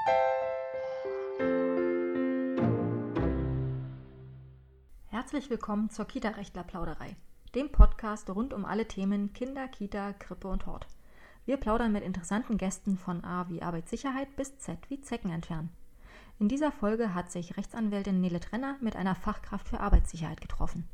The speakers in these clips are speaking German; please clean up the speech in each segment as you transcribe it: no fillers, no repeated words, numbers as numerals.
Herzlich willkommen zur Kita-Rechtler-Plauderei, dem Podcast rund um alle Themen Kinder, Kita, Krippe und Hort. Wir plaudern mit interessanten Gästen von A wie Arbeitssicherheit bis Z wie Zecken entfernen. In dieser Folge hat sich Rechtsanwältin Nele Trenner mit einer Fachkraft für Arbeitssicherheit getroffen.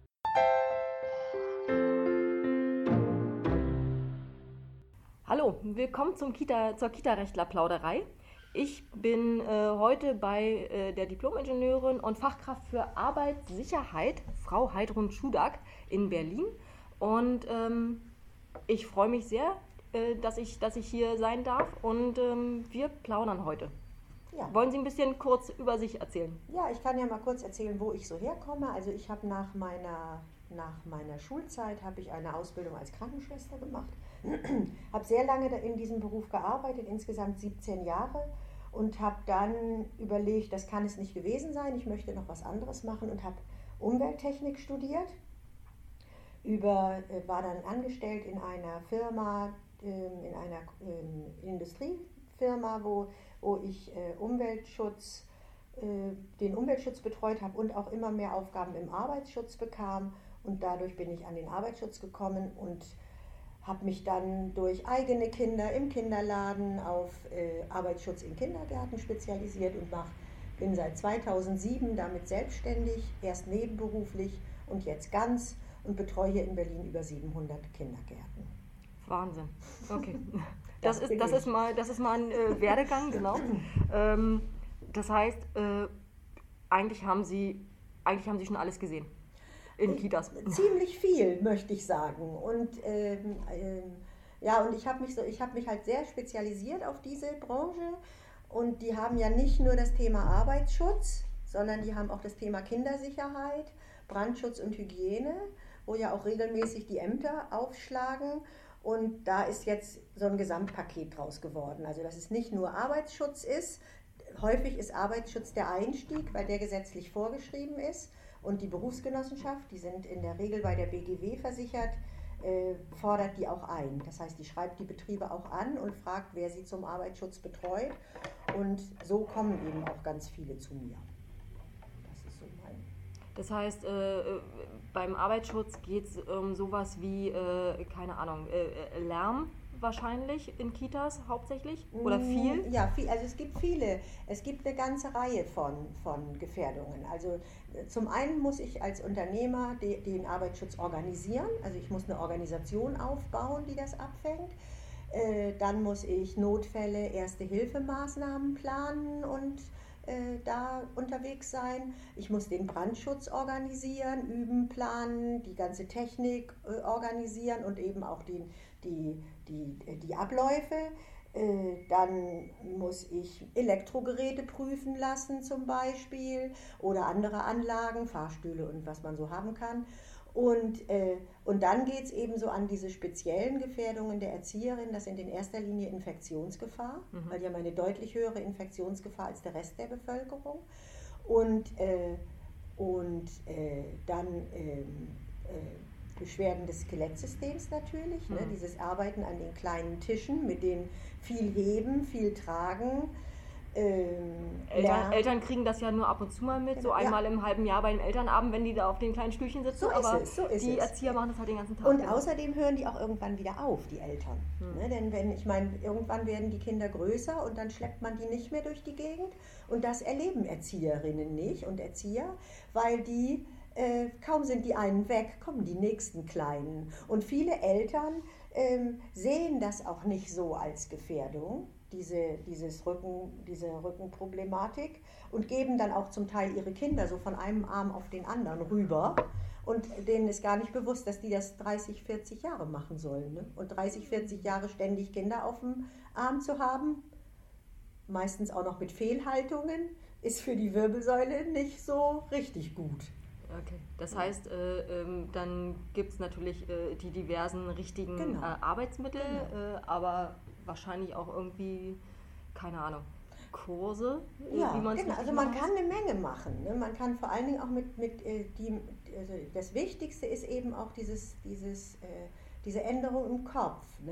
Hallo, willkommen zur Kita-Rechtler-Plauderei. Ich bin heute bei der Diplom-Ingenieurin und Fachkraft für Arbeitssicherheit, Frau Heidrun Schudak in Berlin. Und ich freue mich sehr, dass ich hier sein darf und wir plaudern heute. Ja. Wollen Sie ein bisschen kurz über sich erzählen? Ja, ich kann ja mal kurz erzählen, wo ich so herkomme. Also ich habe nach meiner Schulzeit habe ich eine Ausbildung als Krankenschwester gemacht. Habe sehr lange in diesem Beruf gearbeitet, insgesamt 17 Jahre. Und habe dann überlegt, das kann es nicht gewesen sein, ich möchte noch was anderes machen und habe Umwelttechnik studiert. War dann angestellt in einer Firma, in einer Industriefirma, wo ich den Umweltschutz betreut habe und auch immer mehr Aufgaben im Arbeitsschutz bekam. Und dadurch bin ich an den Arbeitsschutz gekommen und habe mich dann durch eigene Kinder im Kinderladen auf Arbeitsschutz in Kindergärten spezialisiert und bin seit 2007 damit selbstständig, erst nebenberuflich und jetzt ganz und betreue hier in Berlin über 700 Kindergärten. Wahnsinn. Okay. Das ist mal ein Werdegang, genau. Das heißt, eigentlich haben Sie schon alles gesehen. In Kitas. Ziemlich viel, möchte ich sagen. Und und ich habe mich halt sehr spezialisiert auf diese Branche. Und die haben ja nicht nur das Thema Arbeitsschutz, sondern die haben auch das Thema Kindersicherheit, Brandschutz und Hygiene, wo ja auch regelmäßig die Ämter aufschlagen. Und da ist jetzt so ein Gesamtpaket draus geworden. Also dass es nicht nur Arbeitsschutz ist. Häufig ist Arbeitsschutz der Einstieg, weil der gesetzlich vorgeschrieben ist. Und die Berufsgenossenschaft, die sind in der Regel bei der BGW versichert, fordert die auch ein. Das heißt, die schreibt die Betriebe auch an und fragt, wer sie zum Arbeitsschutz betreut. Und so kommen eben auch ganz viele zu mir. Das ist so mein. Das heißt, beim Arbeitsschutz geht es um sowas wie, Lärm wahrscheinlich in Kitas hauptsächlich oder viel? Ja, viel. Also es gibt viele. Es gibt eine ganze Reihe von Gefährdungen. Also zum einen muss ich als Unternehmer den Arbeitsschutz organisieren. Also ich muss eine Organisation aufbauen, die das abfängt. Dann muss ich Notfälle, Erste-Hilfemaßnahmen planen und da unterwegs sein. Ich muss den Brandschutz organisieren, üben, planen, die ganze Technik organisieren und eben auch die Abläufe. Dann muss ich Elektrogeräte prüfen lassen zum Beispiel oder andere Anlagen, Fahrstühle und was man so haben kann. Und dann geht es eben so an diese speziellen Gefährdungen der Erzieherin. Das sind in erster Linie Infektionsgefahr, weil die haben eine deutlich höhere Infektionsgefahr als der Rest der Bevölkerung. Und dann Beschwerden des Skelettsystems natürlich, ne? Dieses Arbeiten an den kleinen Tischen, mit denen viel heben, viel tragen. Eltern kriegen das ja nur ab und zu mal mit, so einmal im halben Jahr bei dem Elternabend, wenn die da auf den kleinen Stühlchen sitzen, die Erzieher machen das halt den ganzen Tag. Und außerdem hören die auch irgendwann wieder auf, die Eltern. Ne? Denn irgendwann werden die Kinder größer und dann schleppt man die nicht mehr durch die Gegend und das erleben Erzieherinnen nicht und Erzieher, weil die kaum sind die einen weg, kommen die nächsten Kleinen. Und viele Eltern sehen das auch nicht so als Gefährdung, diese Rückenproblematik, und geben dann auch zum Teil ihre Kinder so von einem Arm auf den anderen rüber. Und denen ist gar nicht bewusst, dass die das 30, 40 Jahre machen sollen. Ne? Und 30, 40 Jahre ständig Kinder auf dem Arm zu haben, meistens auch noch mit Fehlhaltungen, ist für die Wirbelsäule nicht so richtig gut. Okay, das heißt, dann gibt es natürlich die diversen richtigen Arbeitsmittel, aber wahrscheinlich auch irgendwie, keine Ahnung, Kurse, wie man es also man kann eine Menge machen. Ne? Man kann vor allen Dingen auch also das Wichtigste ist eben auch dieses diese Änderung im Kopf, ne,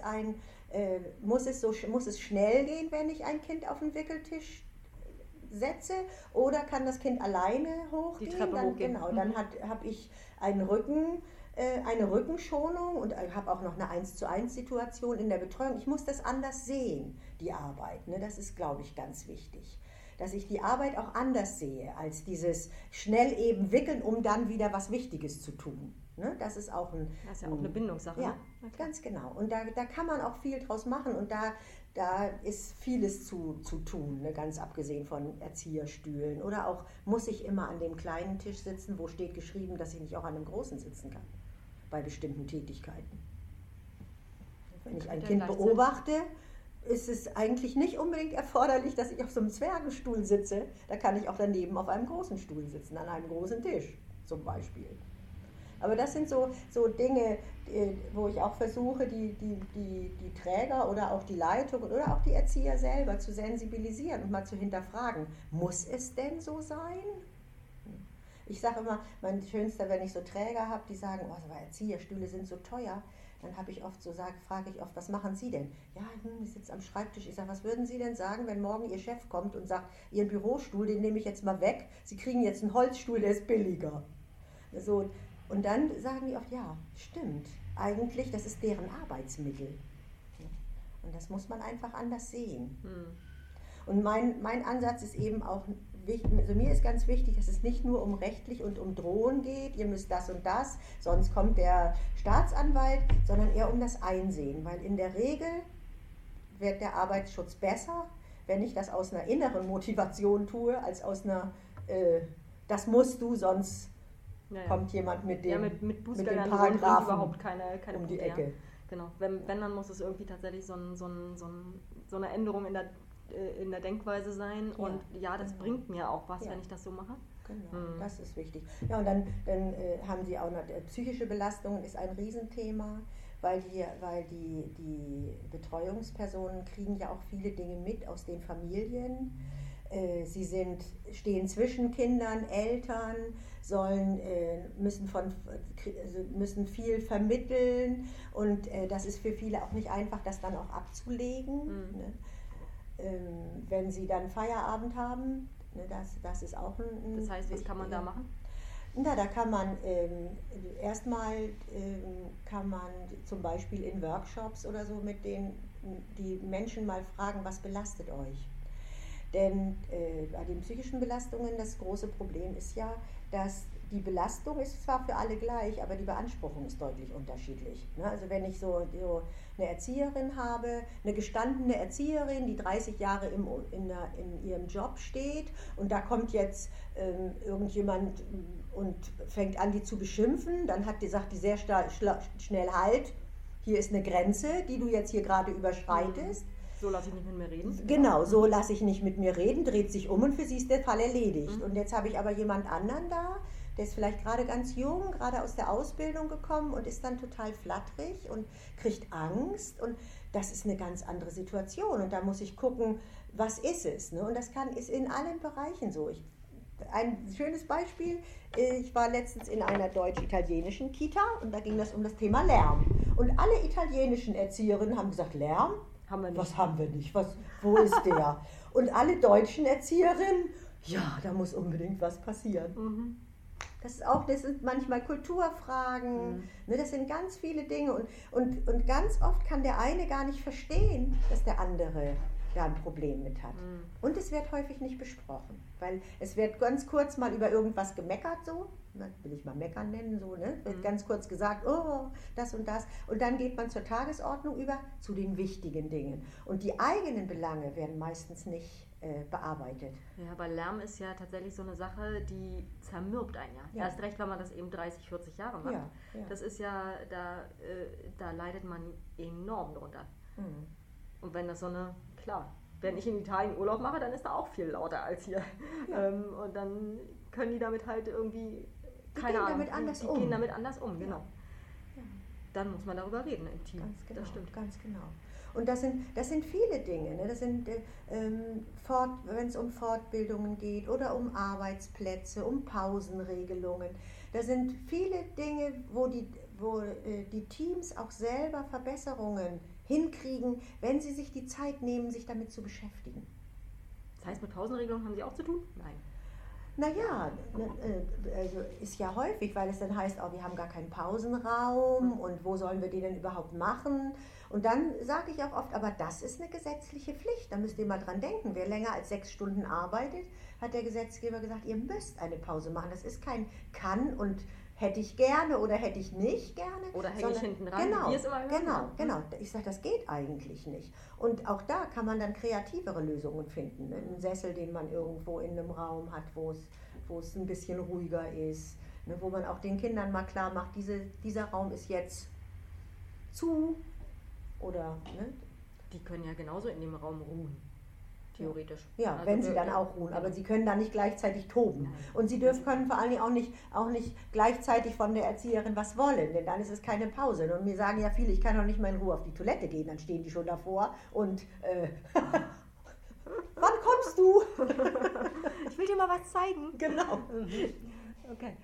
muss es schnell gehen, wenn ich ein Kind auf den Wickeltisch setze, oder kann das Kind alleine hochgehen? Die Treppe hochgehen. Genau, dann habe ich eine Rückenschonung und habe auch noch eine 1:1 Situation in der Betreuung. Ich muss das anders sehen, die Arbeit. Ne? Das ist, glaube ich, ganz wichtig. Dass ich die Arbeit auch anders sehe, als dieses schnell eben wickeln, um dann wieder was Wichtiges zu tun. Ne? Das ist auch das ist ja auch eine Bindungssache. Ja, ne? ganz genau. Und da kann man auch viel draus machen, und da ist vieles zu tun, ne? Ganz abgesehen von Erzieherstühlen. Oder auch, muss ich immer an dem kleinen Tisch sitzen, wo steht geschrieben, dass ich nicht auch an dem großen sitzen kann, bei bestimmten Tätigkeiten. Wenn ich ein Kind beobachte, ist es eigentlich nicht unbedingt erforderlich, dass ich auf so einem Zwergenstuhl sitze. Da kann ich auch daneben auf einem großen Stuhl sitzen, an einem großen Tisch zum Beispiel. Aber das sind so Dinge, wo ich auch versuche, die Träger oder auch die Leitung oder auch die Erzieher selber zu sensibilisieren und mal zu hinterfragen, muss es denn so sein? Ich sage immer, mein Schönster, wenn ich so Träger habe, die sagen, oh, aber Erzieherstühle sind so teuer, dann frage ich oft, was machen Sie denn? Ja, ich sitze am Schreibtisch. Ich sage, was würden Sie denn sagen, wenn morgen Ihr Chef kommt und sagt, Ihren Bürostuhl, den nehme ich jetzt mal weg, Sie kriegen jetzt einen Holzstuhl, der ist billiger. So. Und dann sagen die oft, ja, stimmt, eigentlich, das ist deren Arbeitsmittel. Und das muss man einfach anders sehen. Und mein Ansatz ist eben auch wichtig, also mir ist ganz wichtig, dass es nicht nur um rechtlich und um Drohen geht, ihr müsst das und das, sonst kommt der Staatsanwalt, sondern eher um das Einsehen. Weil in der Regel wird der Arbeitsschutz besser, wenn ich das aus einer inneren Motivation tue, als aus einer, das musst du, sonst kommt jemand mit dem Paragraphen überhaupt keine um die Ecke. Genau. Wenn, dann muss es irgendwie tatsächlich so eine Änderung in der Denkweise sein. Ja, und ja, das bringt mir auch was, wenn ich das so mache. Genau, das ist wichtig. Ja, und dann haben Sie auch noch, psychische Belastungen ist ein Riesenthema, weil die Betreuungspersonen kriegen ja auch viele Dinge mit aus den Familien. Sie stehen zwischen Kindern, Eltern, müssen viel vermitteln, und das ist für viele auch nicht einfach, das dann auch abzulegen. Ne? Wenn sie dann Feierabend haben, ne, das ist auch ein... Das heißt, was kann man da machen? Na, da kann man erstmal zum Beispiel in Workshops oder so mit die Menschen mal fragen, was belastet euch? Denn bei den psychischen Belastungen, das große Problem ist ja, dass die Belastung ist zwar für alle gleich, aber die Beanspruchung ist deutlich unterschiedlich. Ne? Also wenn ich so eine Erzieherin habe, eine gestandene Erzieherin, die 30 Jahre in ihrem Job steht, und da kommt jetzt irgendjemand und fängt an, die zu beschimpfen, dann sagt die sehr schnell, halt, hier ist eine Grenze, die du jetzt hier gerade überschreitest. So lasse ich nicht mit mir reden. Genau, so lasse ich nicht mit mir reden, dreht sich um, und für sie ist der Fall erledigt. Und jetzt habe ich aber jemand anderen da, der ist vielleicht gerade ganz jung, gerade aus der Ausbildung gekommen und ist dann total flatterig und kriegt Angst, und das ist eine ganz andere Situation, und da muss ich gucken, was ist es, ne? Und das ist in allen Bereichen so. Ein schönes Beispiel, ich war letztens in einer deutsch-italienischen Kita, und da ging das um das Thema Lärm, und alle italienischen Erzieherinnen haben gesagt, Lärm? Was haben wir nicht? Wo ist der? Und alle deutschen Erzieherinnen, ja, da muss unbedingt was passieren. Das sind manchmal Kulturfragen, ne, das sind ganz viele Dinge, und ganz oft kann der eine gar nicht verstehen, dass der andere da ein Problem mit hat. Und es wird häufig nicht besprochen, weil es wird ganz kurz mal über irgendwas gemeckert, so, will ich mal meckern nennen, so, ne? Wird ganz kurz gesagt, oh, das, und dann geht man zur Tagesordnung über, zu den wichtigen Dingen. Und die eigenen Belange werden meistens nicht bearbeitet. Ja, weil Lärm ist ja tatsächlich so eine Sache, die zermürbt einen ja. Erst recht, wenn man das eben 30, 40 Jahre macht. Ja. Das ist ja, da leidet man enorm drunter. Und wenn das klar, wenn ich in Italien Urlaub mache, dann ist da auch viel lauter als hier. Ja. Und dann können die damit halt irgendwie, die gehen damit anders um, genau. Ja. Dann muss man darüber reden im Team. Ganz genau, das stimmt. Ganz genau. Und das sind viele Dinge, ne? Das sind, wenn es um Fortbildungen geht oder um Arbeitsplätze, um Pausenregelungen. Da sind viele Dinge, wo die Teams auch selber Verbesserungen hinkriegen, wenn sie sich die Zeit nehmen, sich damit zu beschäftigen. Das heißt, mit Pausenregelungen haben Sie auch zu tun? Nein. Naja, also ist ja häufig, weil es dann heißt, oh, wir haben gar keinen Pausenraum und wo sollen wir den denn überhaupt machen? Und dann sage ich auch oft, aber das ist eine gesetzliche Pflicht, da müsst ihr mal dran denken. Wer länger als 6 Stunden arbeitet, hat der Gesetzgeber gesagt, ihr müsst eine Pause machen. Das ist kein kann und hätte ich gerne oder hätte ich nicht gerne. Oder hänge ich hinten dran, genau, wie es immer hören. genau. Ich sage, das geht eigentlich nicht. Und auch da kann man dann kreativere Lösungen finden. Ne? Einen Sessel, den man irgendwo in einem Raum hat, wo es ein bisschen ruhiger ist. Ne? Wo man auch den Kindern mal klar macht, dieser Raum ist jetzt zu. Oder, ne? Die können ja genauso in dem Raum ruhen. Theoretisch. Ja, also wenn sie dann auch ruhen, aber sie können dann nicht gleichzeitig toben. Nein. Und sie können vor allen Dingen auch nicht gleichzeitig von der Erzieherin was wollen, denn dann ist es keine Pause. Und mir sagen ja viele, ich kann doch nicht mal in Ruhe auf die Toilette gehen, dann stehen die schon davor und wann kommst du? Ich will dir mal was zeigen. Genau. Okay.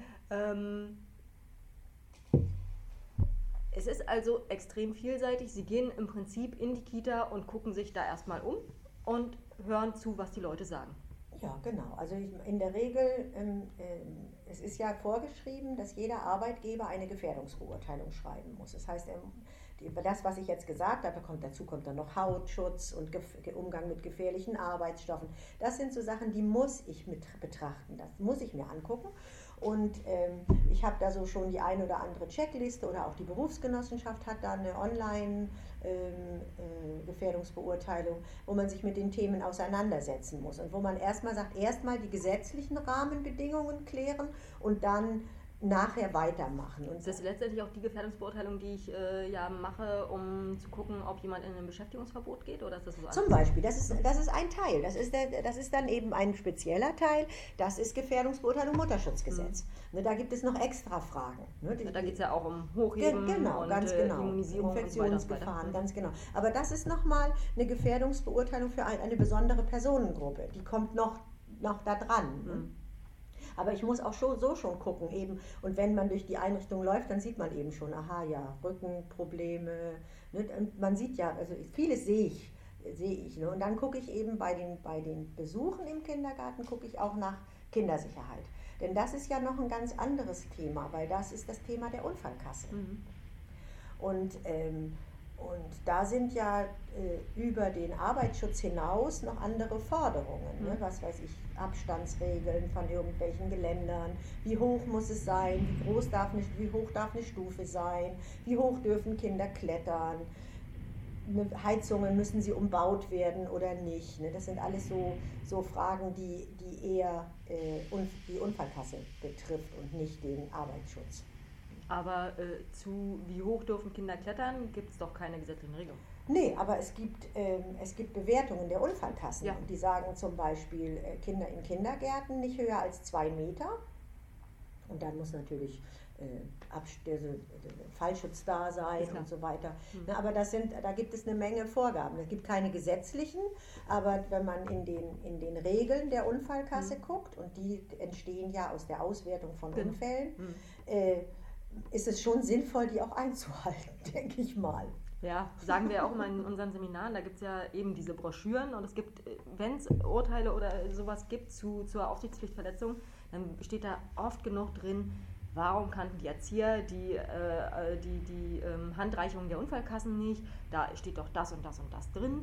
Es ist also extrem vielseitig. Sie gehen im Prinzip in die Kita und gucken sich da erstmal um und hören zu, was die Leute sagen. Ja, genau. Also in der Regel, es ist ja vorgeschrieben, dass jeder Arbeitgeber eine Gefährdungsbeurteilung schreiben muss. Das heißt, das, was ich jetzt gesagt habe, dazu kommt dann noch Hautschutz und Umgang mit gefährlichen Arbeitsstoffen. Das sind so Sachen, die muss ich mit betrachten, das muss ich mir angucken. Und ich habe da so schon die eine oder andere Checkliste oder auch die Berufsgenossenschaft hat da eine Online-Gefährdungsbeurteilung, wo man sich mit den Themen auseinandersetzen muss und wo man erstmal sagt, erstmal die gesetzlichen Rahmenbedingungen klären und dann nachher weitermachen. Und das ist letztendlich auch die Gefährdungsbeurteilung, die ich mache, um zu gucken, ob jemand in ein Beschäftigungsverbot geht, oder ist das so anderes? Zum Beispiel, das ist ein Teil, das ist dann eben ein spezieller Teil, das ist Gefährdungsbeurteilung Mutterschutzgesetz. Ne, da gibt es noch extra Fragen. Ne, da geht es ja auch um Hochheben und Immunisierung Infektionsgefahren, und so weiter. ganz genau. Aber das ist nochmal eine Gefährdungsbeurteilung für eine besondere Personengruppe, die kommt noch da dran. Ne? Aber ich muss auch schon gucken eben. Und wenn man durch die Einrichtung läuft, dann sieht man eben schon, aha, ja, Rückenprobleme. Ne? Und man sieht ja, also vieles sehe ich. Ne? Und dann gucke ich eben bei den Besuchen im Kindergarten, gucke ich auch nach Kindersicherheit. Denn das ist ja noch ein ganz anderes Thema, weil das ist das Thema der Unfallkasse. Und da sind ja über den Arbeitsschutz hinaus noch andere Forderungen. Ne? Was weiß ich, Abstandsregeln von irgendwelchen Geländern. Wie hoch muss es sein? Wie hoch darf eine Stufe sein? Wie hoch dürfen Kinder klettern? Heizungen, müssen sie umbaut werden oder nicht? Ne? Das sind alles so Fragen, die eher die Unfallkasse betrifft und nicht den Arbeitsschutz. Aber wie hoch dürfen Kinder klettern, gibt es doch keine gesetzlichen Regelungen. Nee, aber es gibt Bewertungen der Unfallkassen. Ja. Die sagen zum Beispiel, Kinder in Kindergärten nicht höher als 2 Meter. Und dann muss natürlich Fallschutz da sein und so weiter. Aber da gibt es eine Menge Vorgaben. Es gibt keine gesetzlichen, aber wenn man in den Regeln der Unfallkasse guckt, und die entstehen ja aus der Auswertung von Unfällen, ist es schon sinnvoll, die auch einzuhalten, denke ich mal. Ja, sagen wir auch immer in unseren Seminaren, da gibt es ja eben diese Broschüren und es gibt, wenn es Urteile oder sowas gibt zur Aufsichtspflichtverletzung, dann steht da oft genug drin, warum kannten die Erzieher die Handreichung der Unfallkassen nicht, da steht doch das und das und das drin,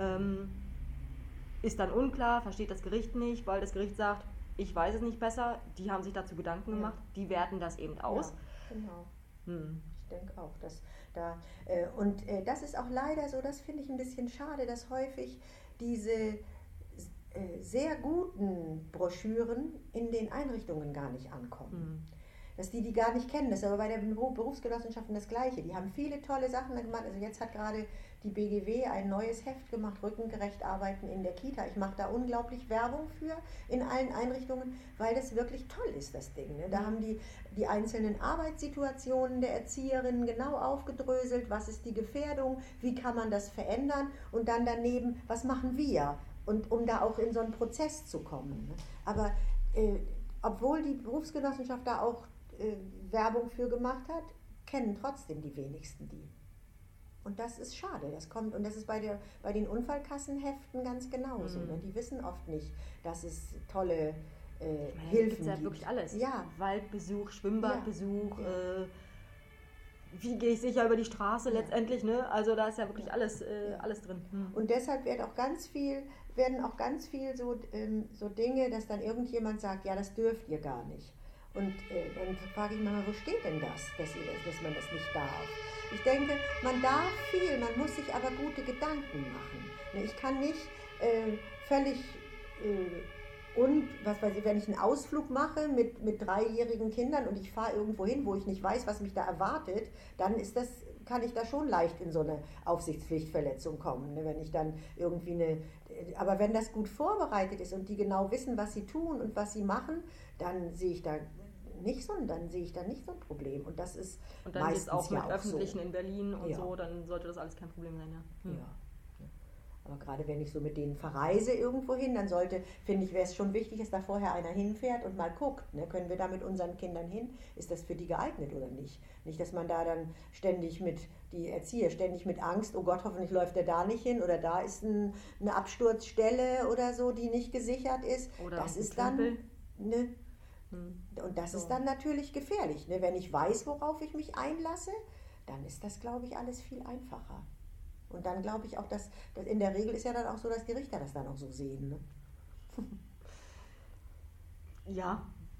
ist dann unklar, versteht das Gericht nicht, weil das Gericht sagt, ich weiß es nicht besser, die haben sich dazu Gedanken gemacht, die werten das eben aus. Ja. Genau. Ich denke auch, dass das ist auch leider so, das finde ich ein bisschen schade, dass häufig diese sehr guten Broschüren in den Einrichtungen gar nicht ankommen. Dass die gar nicht kennen. Das ist aber bei den Berufsgenossenschaften das Gleiche. Die haben viele tolle Sachen gemacht. Also jetzt hat gerade die BGW ein neues Heft gemacht, Rückengerecht arbeiten in der Kita. Ich mache da unglaublich Werbung für in allen Einrichtungen, weil das wirklich toll ist, das Ding. Ne? Da haben die einzelnen Arbeitssituationen der Erzieherinnen genau aufgedröselt. Was ist die Gefährdung? Wie kann man das verändern? Und dann daneben, was machen wir? Und um da auch in so einen Prozess zu kommen. Ne? Aber obwohl die Berufsgenossenschaft da auch Werbung für gemacht hat, kennen trotzdem die wenigsten die. Und das ist schade. Und das ist bei den Unfallkassenheften ganz genauso. Ne? Die wissen oft nicht, dass es tolle Hilfen gibt. Ja wirklich alles. Ja. Waldbesuch, Schwimmbadbesuch, wie gehe ich sicher über die Straße letztendlich, ne? Also da ist ja wirklich alles drin. Und deshalb werden auch ganz viel so Dinge, dass dann irgendjemand sagt, ja, das dürft ihr gar nicht. Und dann frage ich mich mal, wo steht denn das, dass man das nicht darf? Ich denke, man darf viel, man muss sich aber gute Gedanken machen. Ich kann nicht völlig wenn ich einen Ausflug mache mit 3-jährigen Kindern und ich fahre irgendwo hin, wo ich nicht weiß, was mich da erwartet, dann kann ich da schon leicht in so eine Aufsichtspflichtverletzung kommen. Ne? Wenn ich dann irgendwie aber wenn das gut vorbereitet ist und die genau wissen, was sie tun und was sie machen, dann sehe ich da nicht so ein Problem. Und das ist und dann meistens auch mit ja auch Öffentlichen so. in Berlin und so, dann sollte das alles kein Problem sein, ja. Ja. Aber gerade wenn ich so mit denen verreise irgendwo hin, dann finde ich, wäre es schon wichtig, dass da vorher einer hinfährt und mal guckt, ne? Können wir da mit unseren Kindern hin? Ist das für die geeignet oder nicht? Nicht, dass man da dann die Erzieher ständig mit Angst, oh Gott, hoffentlich läuft er da nicht hin oder da ist eine Absturzstelle oder so, die nicht gesichert ist. Oder das ist dann, ne? Und das ist dann natürlich gefährlich. Ne? Wenn ich weiß, worauf ich mich einlasse, dann ist das, glaube ich, alles viel einfacher. Und dann glaube ich auch, dass in der Regel ist ja dann auch so, dass die Richter das dann auch so sehen. Ne? Ja,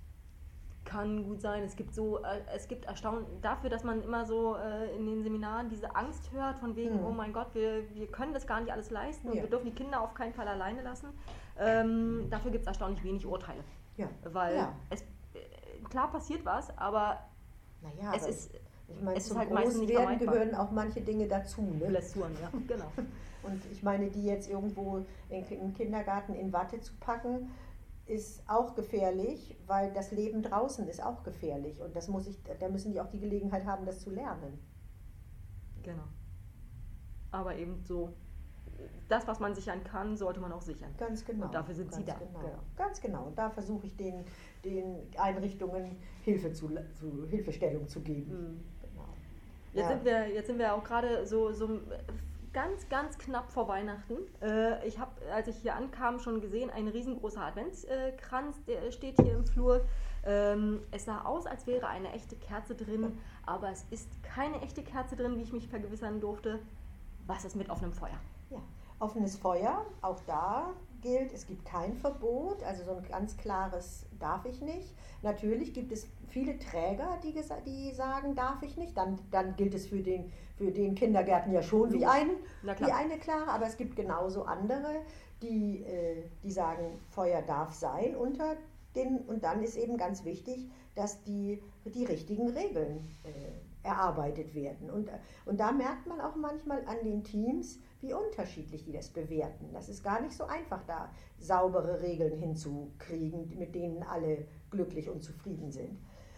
kann gut sein. Es gibt erstaunt dafür, dass man immer so in den Seminaren diese Angst hört, von wegen, oh mein Gott, wir können das gar nicht alles leisten und wir dürfen die Kinder auf keinen Fall alleine lassen. Dafür gibt es erstaunlich wenig Urteile. Ja. Weil klar passiert was, aber es ist... Ich meine, es zum ist halt meistens nicht Großwerden vermeidbar. gehören auch manche Dinge dazu. Ne? Blessuren, ja, genau. Und ich meine, die jetzt irgendwo im Kindergarten in Watte zu packen, ist auch gefährlich, weil das Leben draußen ist auch gefährlich. Und da müssen die auch die Gelegenheit haben, das zu lernen. Genau. Aber eben so, das, was man sichern kann, sollte man auch sichern. Ganz genau. Und dafür sind sie da. Genau. Ganz genau. Und da versuche ich den Einrichtungen Hilfestellung zu geben. Jetzt sind wir auch gerade so ganz, ganz knapp vor Weihnachten. Ich habe, als ich hier ankam, schon gesehen, ein riesengroßer Adventskranz, der steht hier im Flur. Es sah aus, als wäre eine echte Kerze drin, aber es ist keine echte Kerze drin, wie ich mich vergewissern durfte. Was ist mit offenem Feuer? Ja, offenes Feuer, auch da gilt, es gibt kein Verbot, also so ein ganz klares darf ich nicht. Natürlich gibt es viele Träger, die sagen, darf ich nicht. Dann gilt es für den Kindergärten ja schon wie eine klare, aber es gibt genauso andere, die sagen, Feuer darf sein und dann ist eben ganz wichtig, dass die richtigen Regeln erarbeitet werden. Und da merkt man auch manchmal an den Teams, wie unterschiedlich die das bewerten. Das ist gar nicht so einfach, da saubere Regeln hinzukriegen, mit denen alle glücklich und zufrieden sind.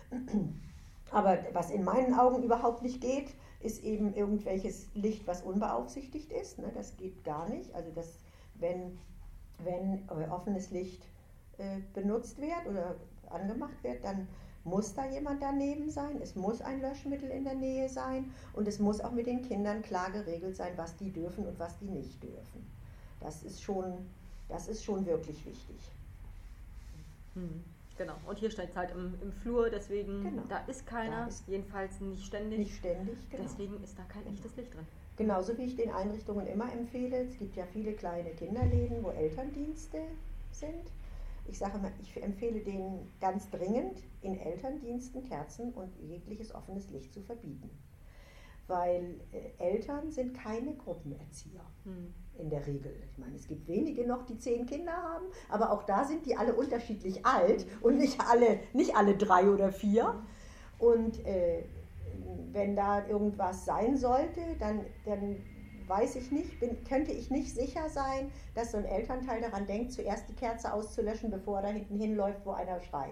Aber was in meinen Augen überhaupt nicht geht, ist eben irgendwelches Licht, was unbeaufsichtigt ist. Ne? Das geht gar nicht. Also wenn offenes Licht benutzt wird oder angemacht wird, dann muss da jemand daneben sein, es muss ein Löschmittel in der Nähe sein und es muss auch mit den Kindern klar geregelt sein, was die dürfen und was die nicht dürfen. Das ist schon wirklich wichtig. Genau, und hier steht es halt im Flur, deswegen, da ist keiner, jedenfalls nicht ständig. Nicht ständig, genau. Deswegen ist da kein echtes Licht drin. Genauso wie ich den Einrichtungen immer empfehle, es gibt ja viele kleine Kinderläden, wo Elterndienste sind. Ich sage mal, ich empfehle denen ganz dringend, in Elterndiensten Kerzen und jegliches offenes Licht zu verbieten. Weil Eltern sind keine Gruppenerzieher in der Regel. Ich meine, es gibt wenige noch, die 10 Kinder haben, aber auch da sind die alle unterschiedlich alt und nicht alle 3 oder 4. Und wenn da irgendwas sein sollte, dann weiß ich nicht, könnte ich nicht sicher sein, dass so ein Elternteil daran denkt, zuerst die Kerze auszulöschen, bevor er da hinten hinläuft, wo einer schreit.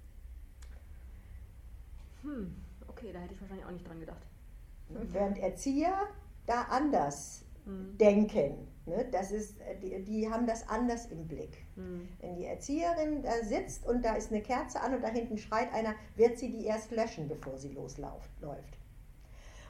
Okay, da hätte ich wahrscheinlich auch nicht dran gedacht. Während Erzieher da anders denken. Ne? Die haben das anders im Blick. Wenn die Erzieherin da sitzt und da ist eine Kerze an und da hinten schreit einer, wird sie die erst löschen, bevor sie losläuft.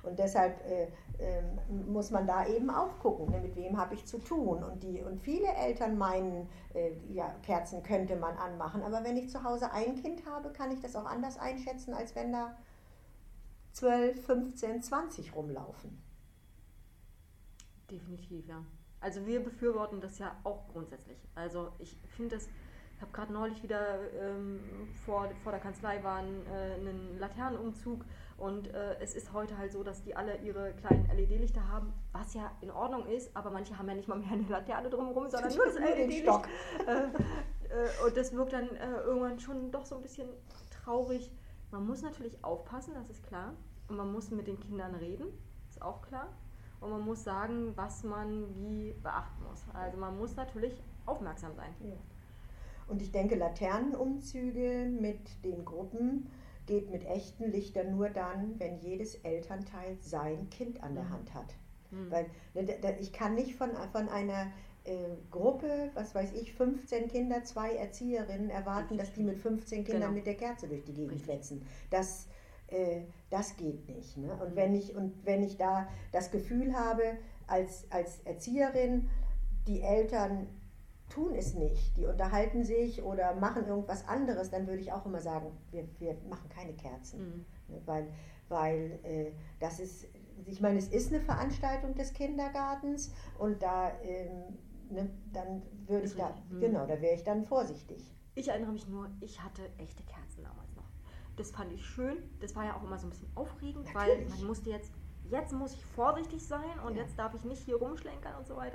Und deshalb muss man da eben auch gucken, ne, mit wem habe ich zu tun. Und viele Eltern meinen, ja, Kerzen könnte man anmachen, aber wenn ich zu Hause ein Kind habe, kann ich das auch anders einschätzen, als wenn da 12, 15, 20 rumlaufen. Definitiv, ja. Also wir befürworten das ja auch grundsätzlich. Also ich finde das, ich habe gerade neulich wieder vor der Kanzlei war ein Laternenumzug und es ist heute halt so, dass die alle ihre kleinen LED-Lichter haben, was ja in Ordnung ist, aber manche haben ja nicht mal mehr eine Laterne drumherum, sondern nur das LED-Licht. Und das wirkt dann irgendwann schon doch so ein bisschen traurig. Man muss natürlich aufpassen, das ist klar. Und man muss mit den Kindern reden, ist auch klar. Und man muss sagen, was man wie beachten muss. Also man muss natürlich aufmerksam sein. Ja. Und ich denke, Laternenumzüge mit den Gruppen geht mit echten Lichtern nur dann, wenn jedes Elternteil sein Kind an der Hand hat. Weil ich kann nicht von einer Gruppe, was weiß ich, 15 Kinder, 2 Erzieherinnen erwarten, dass die mit 15 Kindern mit der Kerze durch die Gegend fletzen. Das geht nicht. Ne? Und wenn ich da das Gefühl habe, als Erzieherin, die Eltern tun es nicht, die unterhalten sich oder machen irgendwas anderes, dann würde ich auch immer sagen, wir machen keine Kerzen. Ne? Weil das ist, ich meine, es ist eine Veranstaltung des Kindergartens und da, ne, dann würde ich da, genau, da wäre ich dann vorsichtig. Ich erinnere mich nur, ich hatte echte Kerzen damals noch. Das fand ich schön. Das war ja auch immer so ein bisschen aufregend, weil man musste jetzt muss ich vorsichtig sein und jetzt darf ich nicht hier rumschlenkern und so weiter.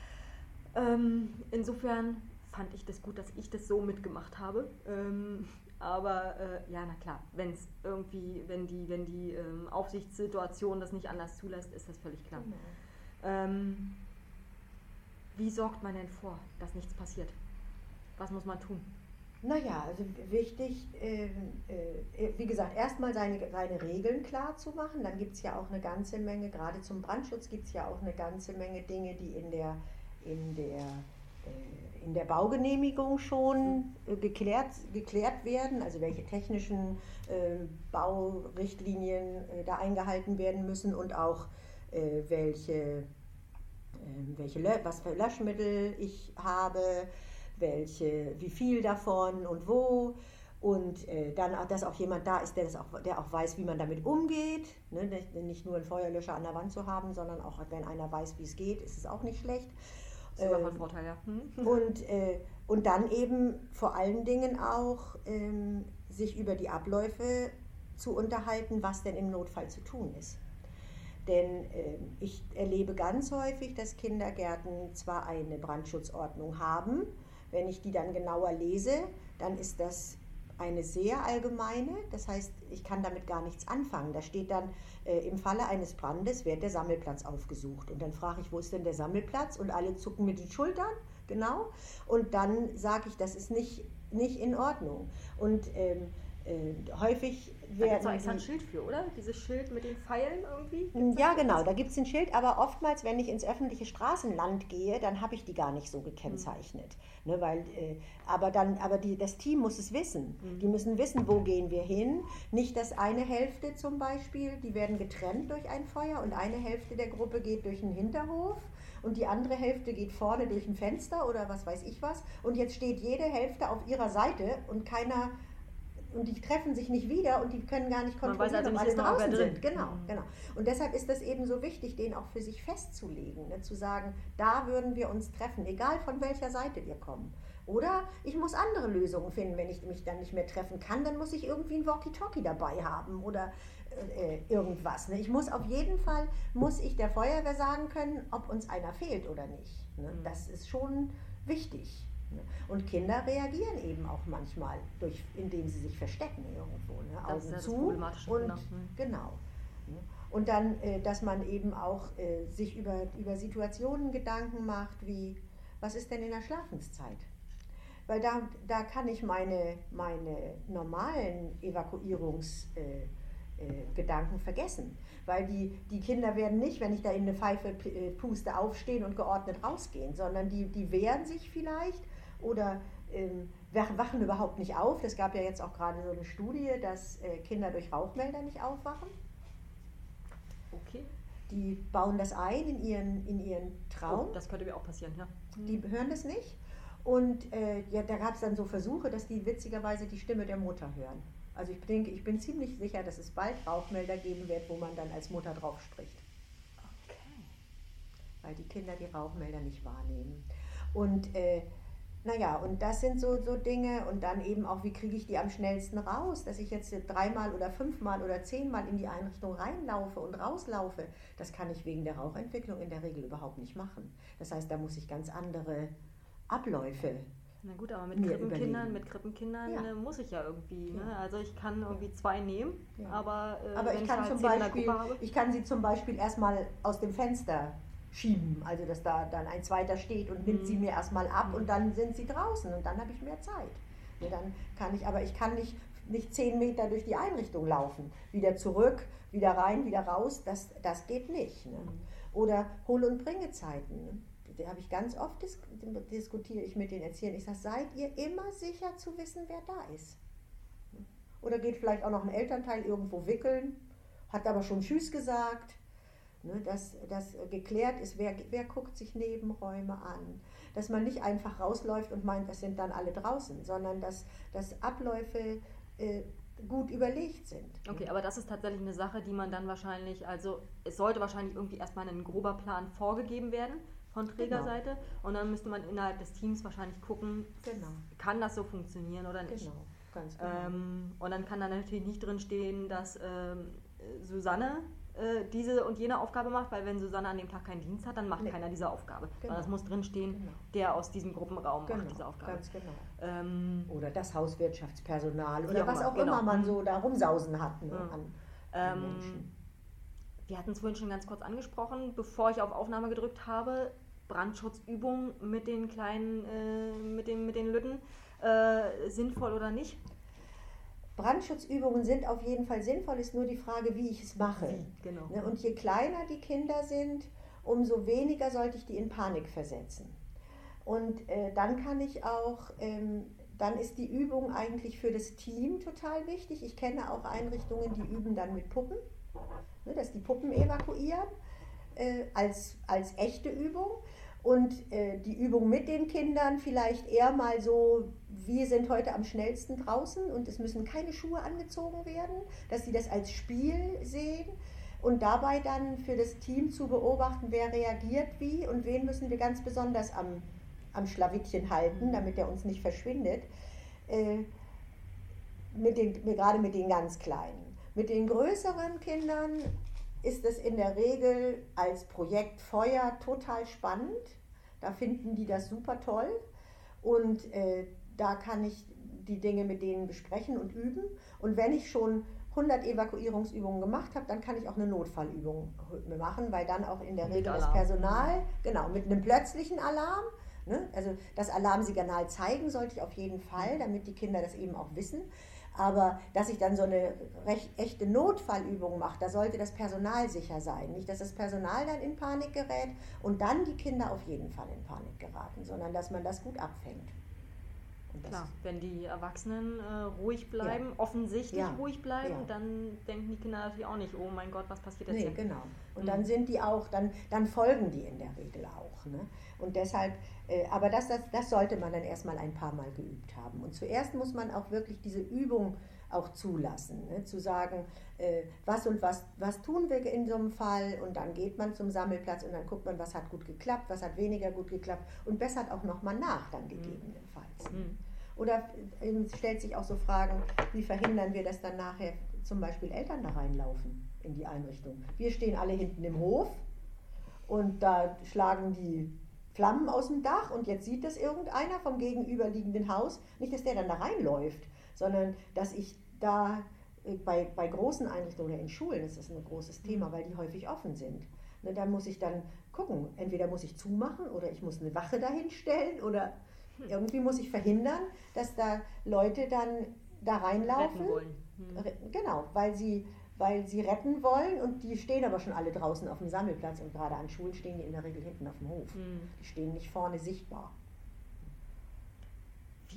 Insofern fand ich das gut, dass ich das so mitgemacht habe. Aber ja, na klar, wenn die Aufsichtssituation das nicht anders zulässt, ist das völlig klar. Wie sorgt man denn vor, dass nichts passiert? Was muss man tun? Naja, also wichtig, wie gesagt, erstmal seine Regeln klar zu machen. Dann gibt es ja auch eine ganze Menge, gerade zum Brandschutz gibt es ja auch eine ganze Menge Dinge, die in der Baugenehmigung schon geklärt werden, also welche technischen Baurichtlinien da eingehalten werden müssen und auch was für Löschmittel ich habe, wie viel davon und wo. Und dann, dass auch jemand da ist, der auch weiß, wie man damit umgeht. Ne? Nicht nur einen Feuerlöscher an der Wand zu haben, sondern auch, wenn einer weiß, wie es geht, ist es auch nicht schlecht. Sogar von Vorteil, ja. Und dann eben vor allen Dingen auch sich über die Abläufe zu unterhalten, was denn im Notfall zu tun ist. Denn ich erlebe ganz häufig, dass Kindergärten zwar eine Brandschutzordnung haben, wenn ich die dann genauer lese, dann ist das eine sehr allgemeine, das heißt, ich kann damit gar nichts anfangen. Da steht dann, im Falle eines Brandes wird der Sammelplatz aufgesucht. Und dann frage ich, wo ist denn der Sammelplatz? Und alle zucken mir die Schultern, genau. Und dann sage ich, das ist nicht in Ordnung. Und häufig da gibt es auch extra ein Schild für, oder? Dieses Schild mit den Pfeilen irgendwie? Ja, genau, da gibt es ein Schild, aber oftmals, wenn ich ins öffentliche Straßenland gehe, dann habe ich die gar nicht so gekennzeichnet. Ne, weil, das Team muss es wissen. Die müssen wissen, wo gehen wir hin. Nicht, dass eine Hälfte zum Beispiel, die werden getrennt durch ein Feuer und eine Hälfte der Gruppe geht durch einen Hinterhof und die andere Hälfte geht vorne durch ein Fenster oder was weiß ich was. Und jetzt steht jede Hälfte auf ihrer Seite und die treffen sich nicht wieder und die können gar nicht kontrollieren, ob alle draußen sind. Genau. Und deshalb ist das eben so wichtig, den auch für sich festzulegen, ne? Zu sagen, da würden wir uns treffen, egal von welcher Seite wir kommen. Oder ich muss andere Lösungen finden, wenn ich mich dann nicht mehr treffen kann, dann muss ich irgendwie ein Walkie-Talkie dabei haben oder irgendwas. Ne? Auf jeden Fall muss ich der Feuerwehr sagen können, ob uns einer fehlt oder nicht. Ne? Das ist schon wichtig. Und Kinder reagieren eben auch manchmal, indem sie sich verstecken irgendwo, ne? Augen zu und genau. Und dann, dass man eben auch sich über Situationen Gedanken macht, wie, was ist denn in der Schlafenszeit? Weil da kann ich meine normalen Evakuierungsgedanken vergessen. Weil die Kinder werden nicht, wenn ich da in eine Pfeife puste, aufstehen und geordnet rausgehen, sondern die wehren sich vielleicht oder wachen überhaupt nicht auf. Es gab ja jetzt auch gerade so eine Studie, dass Kinder durch Rauchmelder nicht aufwachen. Okay. Die bauen das ein in ihren Traum. Oh, das könnte mir auch passieren, ja. Die hören das nicht. Und ja, da gab es dann so Versuche, dass die witzigerweise die Stimme der Mutter hören. Also ich denke, ich bin ziemlich sicher, dass es bald Rauchmelder geben wird, wo man dann als Mutter drauf spricht. Okay. Weil die Kinder die Rauchmelder nicht wahrnehmen. Und naja, und das sind so Dinge. Und dann eben auch, wie kriege ich die am schnellsten raus? Dass ich jetzt 3-mal oder 5-mal oder 10-mal in die Einrichtung reinlaufe und rauslaufe, das kann ich wegen der Rauchentwicklung in der Regel überhaupt nicht machen. Das heißt, da muss ich ganz andere Abläufe. Na gut, aber mit Krippenkindern Ja. muss ich ja irgendwie. Ne? Ja. Also ich kann irgendwie 2 nehmen, Ja. aber Aber wenn ich kann, halt zum 10 in der Beispiel, Gruppe habe. ich kann sie zum Beispiel erstmal aus dem Fenster schieben, also dass da dann ein zweiter steht und nimmt sie mir erstmal ab und dann sind sie draußen und dann habe ich mehr Zeit. Ja, dann kann ich, aber ich kann nicht 10 Meter durch die Einrichtung laufen, wieder zurück, wieder rein, wieder raus, das geht nicht. Ne? Oder Hol- und Bringezeiten. Ne? Da habe ich ganz oft diskutiere ich mit den Erziehern. Ich sage, seid ihr immer sicher zu wissen, wer da ist? Oder geht vielleicht auch noch ein Elternteil irgendwo wickeln, hat aber schon Tschüss gesagt. Ne, dass geklärt ist, wer guckt sich Nebenräume an. Dass man nicht einfach rausläuft und meint, das sind dann alle draußen, sondern dass Abläufe gut überlegt sind. Okay, aber das ist tatsächlich eine Sache, die man dann wahrscheinlich, also es sollte wahrscheinlich irgendwie erstmal ein grober Plan vorgegeben werden von Trägerseite und dann müsste man innerhalb des Teams wahrscheinlich gucken, kann das so funktionieren oder nicht. Genau, ganz genau. Und dann kann da natürlich nicht drin stehen, dass Susanne diese und jene Aufgabe macht, weil wenn Susanne an dem Tag keinen Dienst hat, dann macht keiner diese Aufgabe. Genau. Das muss drin stehen, der aus diesem Gruppenraum macht diese Aufgabe. Ganz genau. Oder das Hauswirtschaftspersonal oder was auch genau. immer man so da rumsausen hat an Menschen. Wir hatten es vorhin schon ganz kurz angesprochen, bevor ich auf Aufnahme gedrückt habe, Brandschutzübungen mit den kleinen, mit den Lütten, sinnvoll oder nicht? Brandschutzübungen sind auf jeden Fall sinnvoll, ist nur die Frage, wie ich es mache. Genau. Und je kleiner die Kinder sind, umso weniger sollte ich die in Panik versetzen. Und dann kann ich auch, dann ist die Übung eigentlich für das Team total wichtig. Ich kenne auch Einrichtungen, die üben dann mit Puppen, ne, dass die Puppen evakuieren, als echte Übung. Und die Übung mit den Kindern vielleicht eher mal so, wir sind heute am schnellsten draußen und es müssen keine Schuhe angezogen werden, dass sie das als Spiel sehen und dabei dann für das Team zu beobachten, wer reagiert wie und wen müssen wir ganz besonders am Schlawittchen halten, damit er uns nicht verschwindet, gerade mit den ganz Kleinen. Mit den größeren Kindern ist es in der Regel als Projekt Feuer total spannend. Da finden die das super toll und da kann ich die Dinge mit denen besprechen und üben. Und wenn ich schon 100 Evakuierungsübungen gemacht habe, dann kann ich auch eine Notfallübung machen, weil dann auch in der Regel das Personal, genau, mit einem plötzlichen Alarm, ne, also das Alarmsignal zeigen sollte ich auf jeden Fall, damit die Kinder das eben auch wissen. Aber dass ich dann so eine echte Notfallübung mache, da sollte das Personal sicher sein. Nicht, dass das Personal dann in Panik gerät und dann die Kinder auf jeden Fall in Panik geraten, sondern dass man das gut abfängt. Klar, wenn die Erwachsenen ruhig bleiben, offensichtlich ruhig bleiben, dann denken die Kinder natürlich auch nicht, oh mein Gott, was passiert jetzt hier? Genau. Und dann sind die auch, dann folgen die in der Regel auch. Ne? Und deshalb, aber das sollte man dann erstmal ein paar Mal geübt haben. Und zuerst muss man auch wirklich diese Übung auch zulassen, ne? Zu sagen, was und was tun wir in so einem Fall und dann geht man zum Sammelplatz und dann guckt man, was hat gut geklappt, was hat weniger gut geklappt und bessert auch nochmal nach dann gegebenenfalls. Oder stellt sich auch so Fragen, wie verhindern wir, dass dann nachher zum Beispiel Eltern da reinlaufen in die Einrichtung. Wir stehen alle hinten im Hof und da schlagen die Flammen aus dem Dach und jetzt sieht das irgendeiner vom gegenüberliegenden Haus. Nicht, dass der dann da reinläuft, sondern dass ich da bei großen Einrichtungen oder in Schulen ist das ein großes Thema, weil die häufig offen sind. Ne, da muss ich dann gucken, entweder muss ich zumachen oder ich muss eine Wache dahin stellen oder irgendwie muss ich verhindern, dass da Leute dann da reinlaufen. Retten wollen. Genau, weil sie retten wollen und die stehen aber schon alle draußen auf dem Sammelplatz und gerade an Schulen stehen die in der Regel hinten auf dem Hof. Die stehen nicht vorne sichtbar.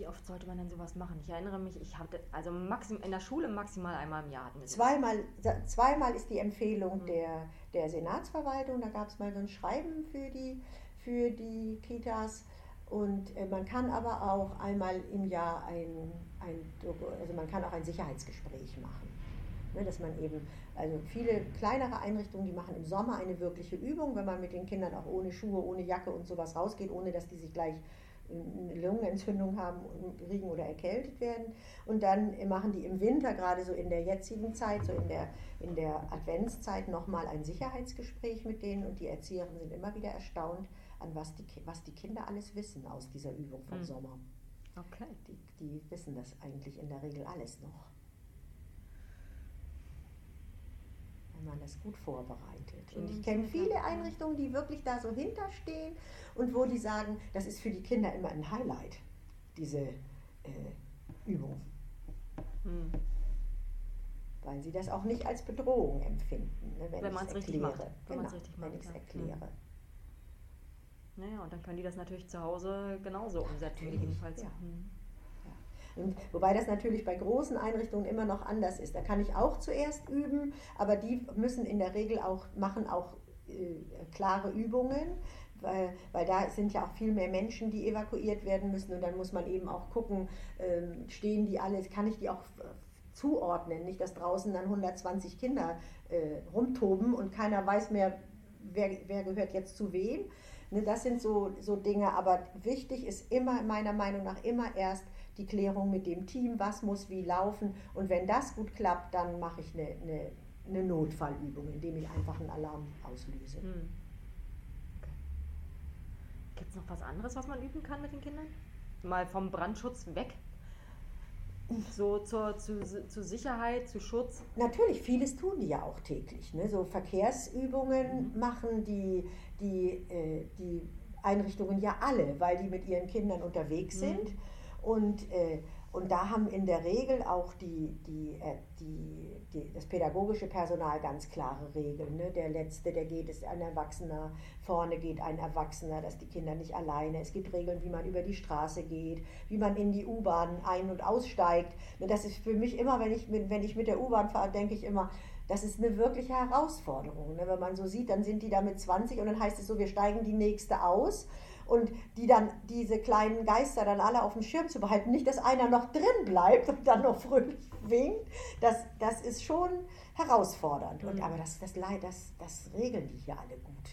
Wie oft sollte man denn sowas machen? Ich erinnere mich, ich hatte also in der Schule maximal einmal im Jahr hatten wir sowas. Zweimal ist die Empfehlung der Senatsverwaltung. Da gab es mal so ein Schreiben für die Kitas. Und man kann aber auch einmal im Jahr also man kann auch ein Sicherheitsgespräch machen. Ne, dass man eben, also viele kleinere Einrichtungen, die machen im Sommer eine wirkliche Übung, wenn man mit den Kindern auch ohne Schuhe, ohne Jacke und sowas rausgeht, ohne dass die sich gleich eine Lungenentzündung haben, kriegen oder erkältet werden. Und dann machen die im Winter, gerade so in der jetzigen Zeit, so in der Adventszeit, nochmal ein Sicherheitsgespräch mit denen. Und die Erzieherinnen sind immer wieder erstaunt, an was die Kinder alles wissen aus dieser Übung vom Sommer. Okay. Die wissen das eigentlich in der Regel alles noch. Wenn man das gut vorbereitet. Und ich kenne viele Einrichtungen, die wirklich da so hinterstehen und wo die sagen, das ist für die Kinder immer ein Highlight, diese Übung. Weil sie das auch nicht als Bedrohung empfinden, ne, wenn man es richtig macht. Genau, wenn ich es erkläre. Naja, und dann können die das natürlich zu Hause genauso umsetzen, gegebenenfalls. Ja. Und wobei das natürlich bei großen Einrichtungen immer noch anders ist. Da kann ich auch zuerst üben, aber die müssen in der Regel machen auch klare Übungen, weil da sind ja auch viel mehr Menschen, die evakuiert werden müssen. Und dann muss man eben auch gucken, stehen die alle, kann ich die auch zuordnen, nicht, dass draußen dann 120 Kinder rumtoben und keiner weiß mehr, wer gehört jetzt zu wem. Ne, das sind so Dinge, aber wichtig ist immer, meiner Meinung nach, immer erst die Klärung mit dem Team, was muss wie laufen, und wenn das gut klappt, dann mache ich eine Notfallübung, indem ich einfach einen Alarm auslöse. Okay. Gibt es noch was anderes, was man üben kann mit den Kindern? Mal vom Brandschutz weg? So zur Sicherheit, zu Schutz? Natürlich, vieles tun die ja auch täglich. Ne? So Verkehrsübungen machen die Einrichtungen ja alle, weil die mit ihren Kindern unterwegs sind. Und da haben in der Regel auch das pädagogische Personal ganz klare Regeln. Ne? Der Letzte, der geht, ist ein Erwachsener, vorne geht ein Erwachsener, dass die Kinder nicht alleine. Es gibt Regeln, wie man über die Straße geht, wie man in die U-Bahn ein- und aussteigt. Ne? Das ist für mich immer, wenn ich mit der U-Bahn fahre, denke ich immer, das ist eine wirkliche Herausforderung. Ne? Wenn man so sieht, dann sind die da mit 20 und dann heißt es so, wir steigen die nächste aus. Und diese kleinen Geister dann alle auf dem Schirm zu behalten, nicht, dass einer noch drin bleibt und dann noch fröhlich winkt, das ist schon herausfordernd. Aber das regeln die hier alle gut.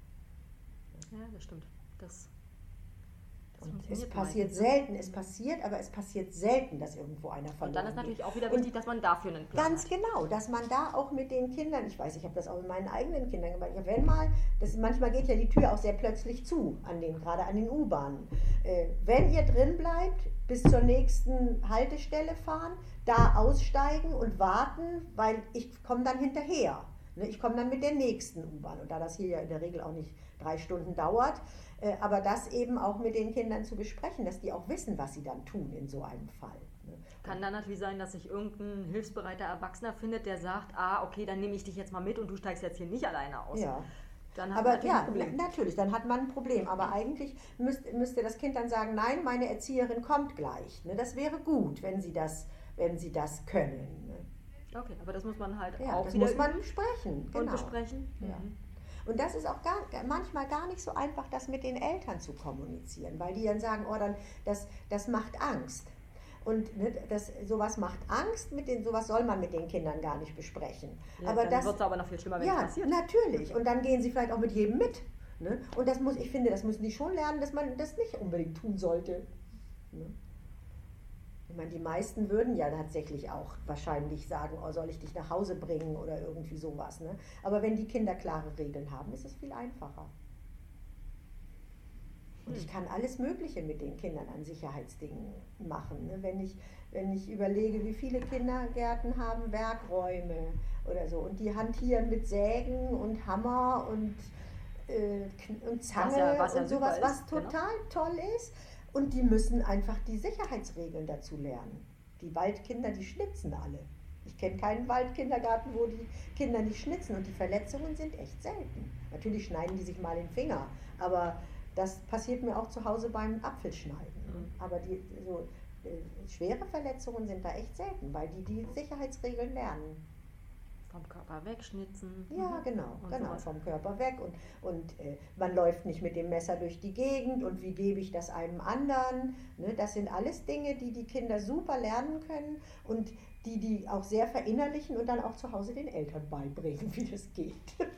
Ja, das stimmt. Das Und es passiert selten, aber es passiert selten, dass irgendwo einer verloren geht. Und dann ist natürlich auch wieder wichtig, dass man dafür einen Plan Ganz hat. Genau, dass man da auch mit den Kindern, ich weiß, ich habe das auch mit meinen eigenen Kindern gemacht, manchmal geht ja die Tür auch sehr plötzlich zu, gerade an den U-Bahnen. Wenn ihr drin bleibt, bis zur nächsten Haltestelle fahren, da aussteigen und warten, weil ich komme dann hinterher. Ich komme dann mit der nächsten U-Bahn. Und da das hier ja in der Regel auch nicht 3 Stunden dauert, aber das eben auch mit den Kindern zu besprechen, dass die auch wissen, was sie dann tun in so einem Fall. Kann dann natürlich sein, dass sich irgendein hilfsbereiter Erwachsener findet, der sagt, okay, dann nehme ich dich jetzt mal mit und du steigst jetzt hier nicht alleine aus. Ja. Dann hat man natürlich ein Problem. Natürlich, dann hat man ein Problem. Aber eigentlich müsste das Kind dann sagen, nein, meine Erzieherin kommt gleich. Das wäre gut, wenn sie das können. Okay, aber das muss man halt auch das muss man besprechen. Und besprechen. Ja. Und das ist auch manchmal gar nicht so einfach, das mit den Eltern zu kommunizieren, weil die dann sagen, das macht Angst. Und sowas macht Angst, sowas soll man mit den Kindern gar nicht besprechen. Ja, aber dann wird es aber noch viel schlimmer, wenn es passiert. Ja, natürlich. Und dann gehen sie vielleicht auch mit jedem mit. Ne? Und ich finde, das müssen die schon lernen, dass man das nicht unbedingt tun sollte. Ne? Ich meine, die meisten würden ja tatsächlich auch wahrscheinlich sagen, soll ich dich nach Hause bringen oder irgendwie sowas. Ne? Aber wenn die Kinder klare Regeln haben, ist es viel einfacher. Und ich kann alles Mögliche mit den Kindern an Sicherheitsdingen machen. Ne? Wenn ich überlege, wie viele Kindergärten haben Werkräume oder so. Und die hantieren mit Sägen und Hammer und Zange und sowas, was total toll ist. Und die müssen einfach die Sicherheitsregeln dazu lernen. Die Waldkinder, die schnitzen alle. Ich kenne keinen Waldkindergarten, wo die Kinder nicht schnitzen. Und die Verletzungen sind echt selten. Natürlich schneiden die sich mal den Finger, aber Das passiert mir auch zu Hause beim Apfelschneiden. Aber schwere Verletzungen sind da echt selten, weil die Sicherheitsregeln lernen. Vom Körper wegschnitzen. Ja, genau, sowas. vom Körper weg und man läuft nicht mit dem Messer durch die Gegend und wie gebe ich das einem anderen. Ne? Das sind alles Dinge, die die Kinder super lernen können und die auch sehr verinnerlichen und dann auch zu Hause den Eltern beibringen, wie das geht.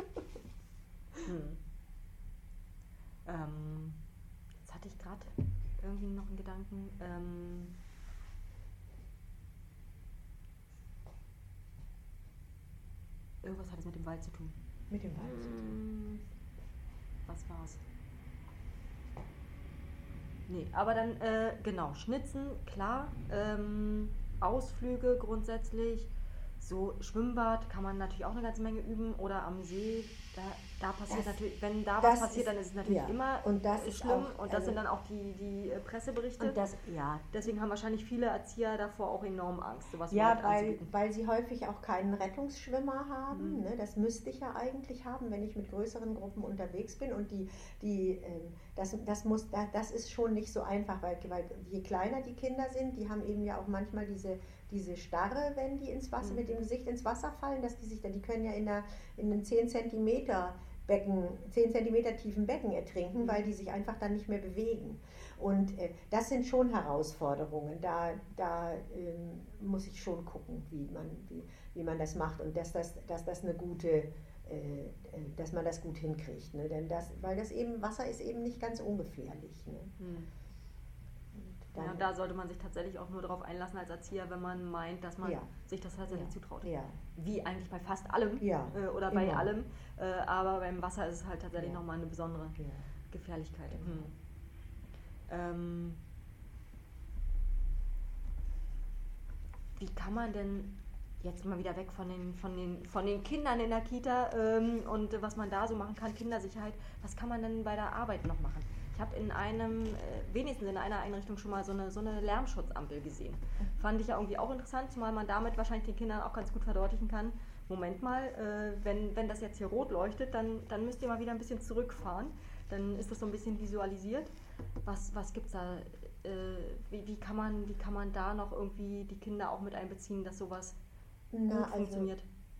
Jetzt hatte ich gerade irgendwie noch einen Gedanken. Irgendwas hat es mit dem Wald zu tun. Mit dem Wald zu tun. Was war's? Nee, aber dann, genau, Schnitzen, klar. Ausflüge grundsätzlich. So Schwimmbad kann man natürlich auch eine ganze Menge üben. Oder am See, da passiert natürlich, wenn da was passiert, dann ist es natürlich immer und das ist schlimm. auch, und das sind dann auch die Presseberichte. Und das, ja. Deswegen haben wahrscheinlich viele Erzieher davor auch enorm Angst, sowas Ja, weil sie häufig auch keinen Rettungsschwimmer haben. Ne? Das müsste ich ja eigentlich haben, wenn ich mit größeren Gruppen unterwegs bin. Und das ist schon nicht so einfach, weil je kleiner die Kinder sind, die haben eben ja auch manchmal diese Starre, wenn die ins Wasser, mit dem Gesicht ins Wasser fallen, dass die können ja in einem 10 cm 10 cm tiefen Becken ertrinken, weil die sich einfach dann nicht mehr bewegen. Und das sind schon Herausforderungen. Da muss ich schon gucken, wie man das macht und dass man das gut hinkriegt. Ne? Weil Wasser ist eben nicht ganz ungefährlich. Ne? Ja, da sollte man sich tatsächlich auch nur darauf einlassen als Erzieher, wenn man meint, dass man sich das tatsächlich zutraut. Ja. Wie eigentlich bei fast allem oder bei allem. Aber beim Wasser ist es halt tatsächlich nochmal eine besondere Gefährlichkeit. Wie kann man denn jetzt mal wieder weg von den Kindern in der Kita und was man da so machen kann, Kindersicherheit, was kann man denn bei der Arbeit noch machen? Ich habe wenigstens in einer Einrichtung schon mal so eine Lärmschutzampel gesehen. Fand ich ja irgendwie auch interessant, zumal man damit wahrscheinlich den Kindern auch ganz gut verdeutlichen kann, Moment mal, wenn das jetzt hier rot leuchtet, dann müsst ihr mal wieder ein bisschen zurückfahren. Dann ist das so ein bisschen visualisiert. Was gibt's da? Wie kann man da noch irgendwie die Kinder auch mit einbeziehen, dass sowas gut funktioniert?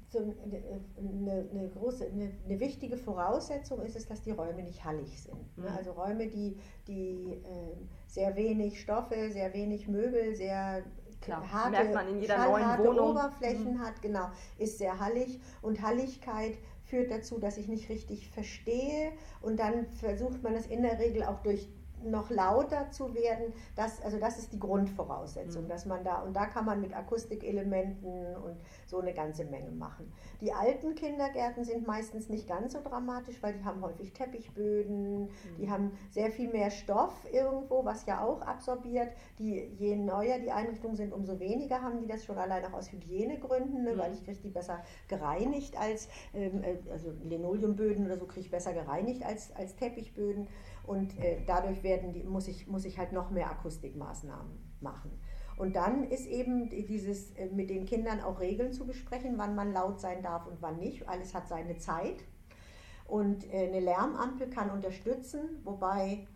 Eine wichtige Voraussetzung ist es, dass die Räume nicht hallig sind. Ne? Also Räume, die sehr wenig Stoffe, sehr wenig Möbel, sehr harte, merkt man in jeder neuen Wohnung. Oberflächen hat, genau, ist sehr hallig. Und Halligkeit führt dazu, dass ich nicht richtig verstehe und dann versucht man es in der Regel auch durch noch lauter zu werden, das ist die Grundvoraussetzung, dass man da kann man mit Akustikelementen und so eine ganze Menge machen. Die alten Kindergärten sind meistens nicht ganz so dramatisch, weil die haben häufig Teppichböden, die haben sehr viel mehr Stoff irgendwo, was ja auch absorbiert. Je neuer die Einrichtungen sind, umso weniger haben die das schon allein auch aus Hygienegründen, ne, weil ich kriege die besser gereinigt als, also Linoleumböden oder so kriege ich besser gereinigt als Teppichböden. Und dadurch muss ich halt noch mehr Akustikmaßnahmen machen. Und dann ist eben dieses mit den Kindern auch Regeln zu besprechen, wann man laut sein darf und wann nicht. Alles hat seine Zeit. Und eine Lärmampel kann unterstützen, wobei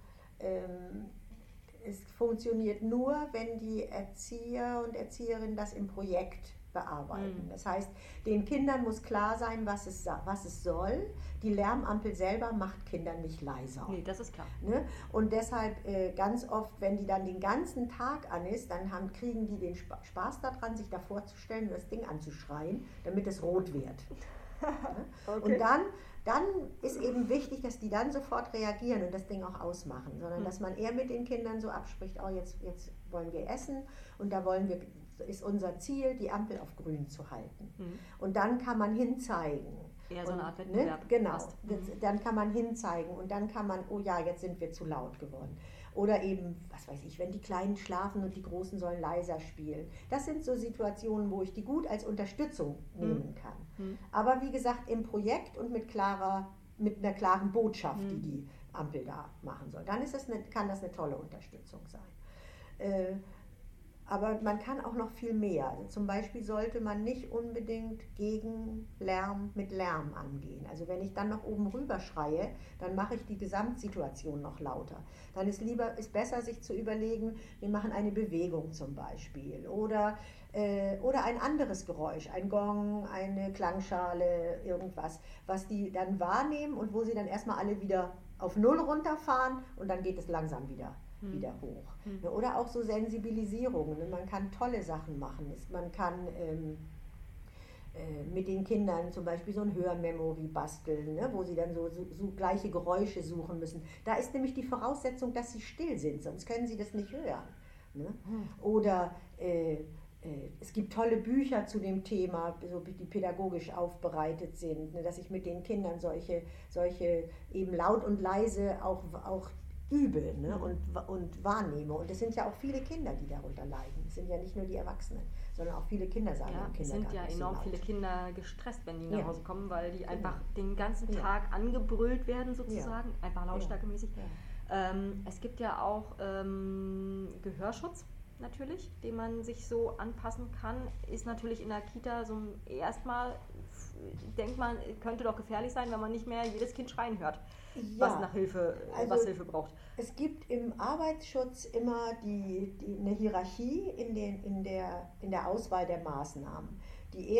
es funktioniert nur, wenn die Erzieher und Erzieherinnen das im Projekt bearbeiten. Das heißt, den Kindern muss klar sein, was es soll. Die Lärmampel selber macht Kinder nicht leiser. Nee, das ist klar. Ne? Und deshalb ganz oft, wenn die dann den ganzen Tag an ist, dann kriegen die den Spaß daran, sich da vorzustellen und das Ding anzuschreien, damit es rot wird. Okay. Und dann ist eben wichtig, dass die dann sofort reagieren und das Ding auch ausmachen, sondern dass man eher mit den Kindern so abspricht, oh, jetzt wollen wir essen und da ist unser Ziel, die Ampel auf grün zu halten. Und dann kann man hinzeigen. Eher so eine Art Wettbewerb. Ne? Genau, dann kann man hinzeigen und dann kann man, oh ja, jetzt sind wir zu laut geworden. Oder eben, was weiß ich, wenn die Kleinen schlafen und die Großen sollen leiser spielen. Das sind so Situationen, wo ich die gut als Unterstützung nehmen kann. Aber wie gesagt, im Projekt und mit einer klaren Botschaft, die Ampel da machen soll. Dann kann das eine tolle Unterstützung sein. Aber man kann auch noch viel mehr. Also zum Beispiel sollte man nicht unbedingt gegen Lärm mit Lärm angehen. Also wenn ich dann noch oben rüber schreie, dann mache ich die Gesamtsituation noch lauter. Dann ist besser, sich zu überlegen, wir machen eine Bewegung zum Beispiel oder ein anderes Geräusch, ein Gong, eine Klangschale, irgendwas, was die dann wahrnehmen und wo sie dann erstmal alle wieder auf Null runterfahren und dann geht es langsam wieder hoch. Oder auch so Sensibilisierungen. Man kann tolle Sachen machen. Man kann mit den Kindern zum Beispiel so ein Hörmemory basteln, ne, wo sie dann so gleiche Geräusche suchen müssen. Da ist nämlich die Voraussetzung, dass sie still sind, sonst können sie das nicht hören. Ne? Oder es gibt tolle Bücher zu dem Thema, so, die pädagogisch aufbereitet sind, ne, dass ich mit den Kindern solche eben laut und leise auch übe, ne, und wahrnehme. Und es sind ja auch viele Kinder, die darunter leiden. Es sind ja nicht nur die Erwachsenen, sondern auch viele Kinder sagen im Kindergarten. Es sind ja enorm viele Kinder gestresst, wenn die nach Hause kommen, weil die einfach den ganzen Tag angebrüllt werden sozusagen, einfach lautstärkemäßig. Es gibt ja auch Gehörschutz natürlich, den man sich so anpassen kann, ist natürlich in der Kita so erstmal, denkt man, könnte doch gefährlich sein, wenn man nicht mehr jedes Kind schreien hört, was Hilfe braucht. Es gibt im Arbeitsschutz immer eine Hierarchie in der Auswahl der Maßnahmen. Die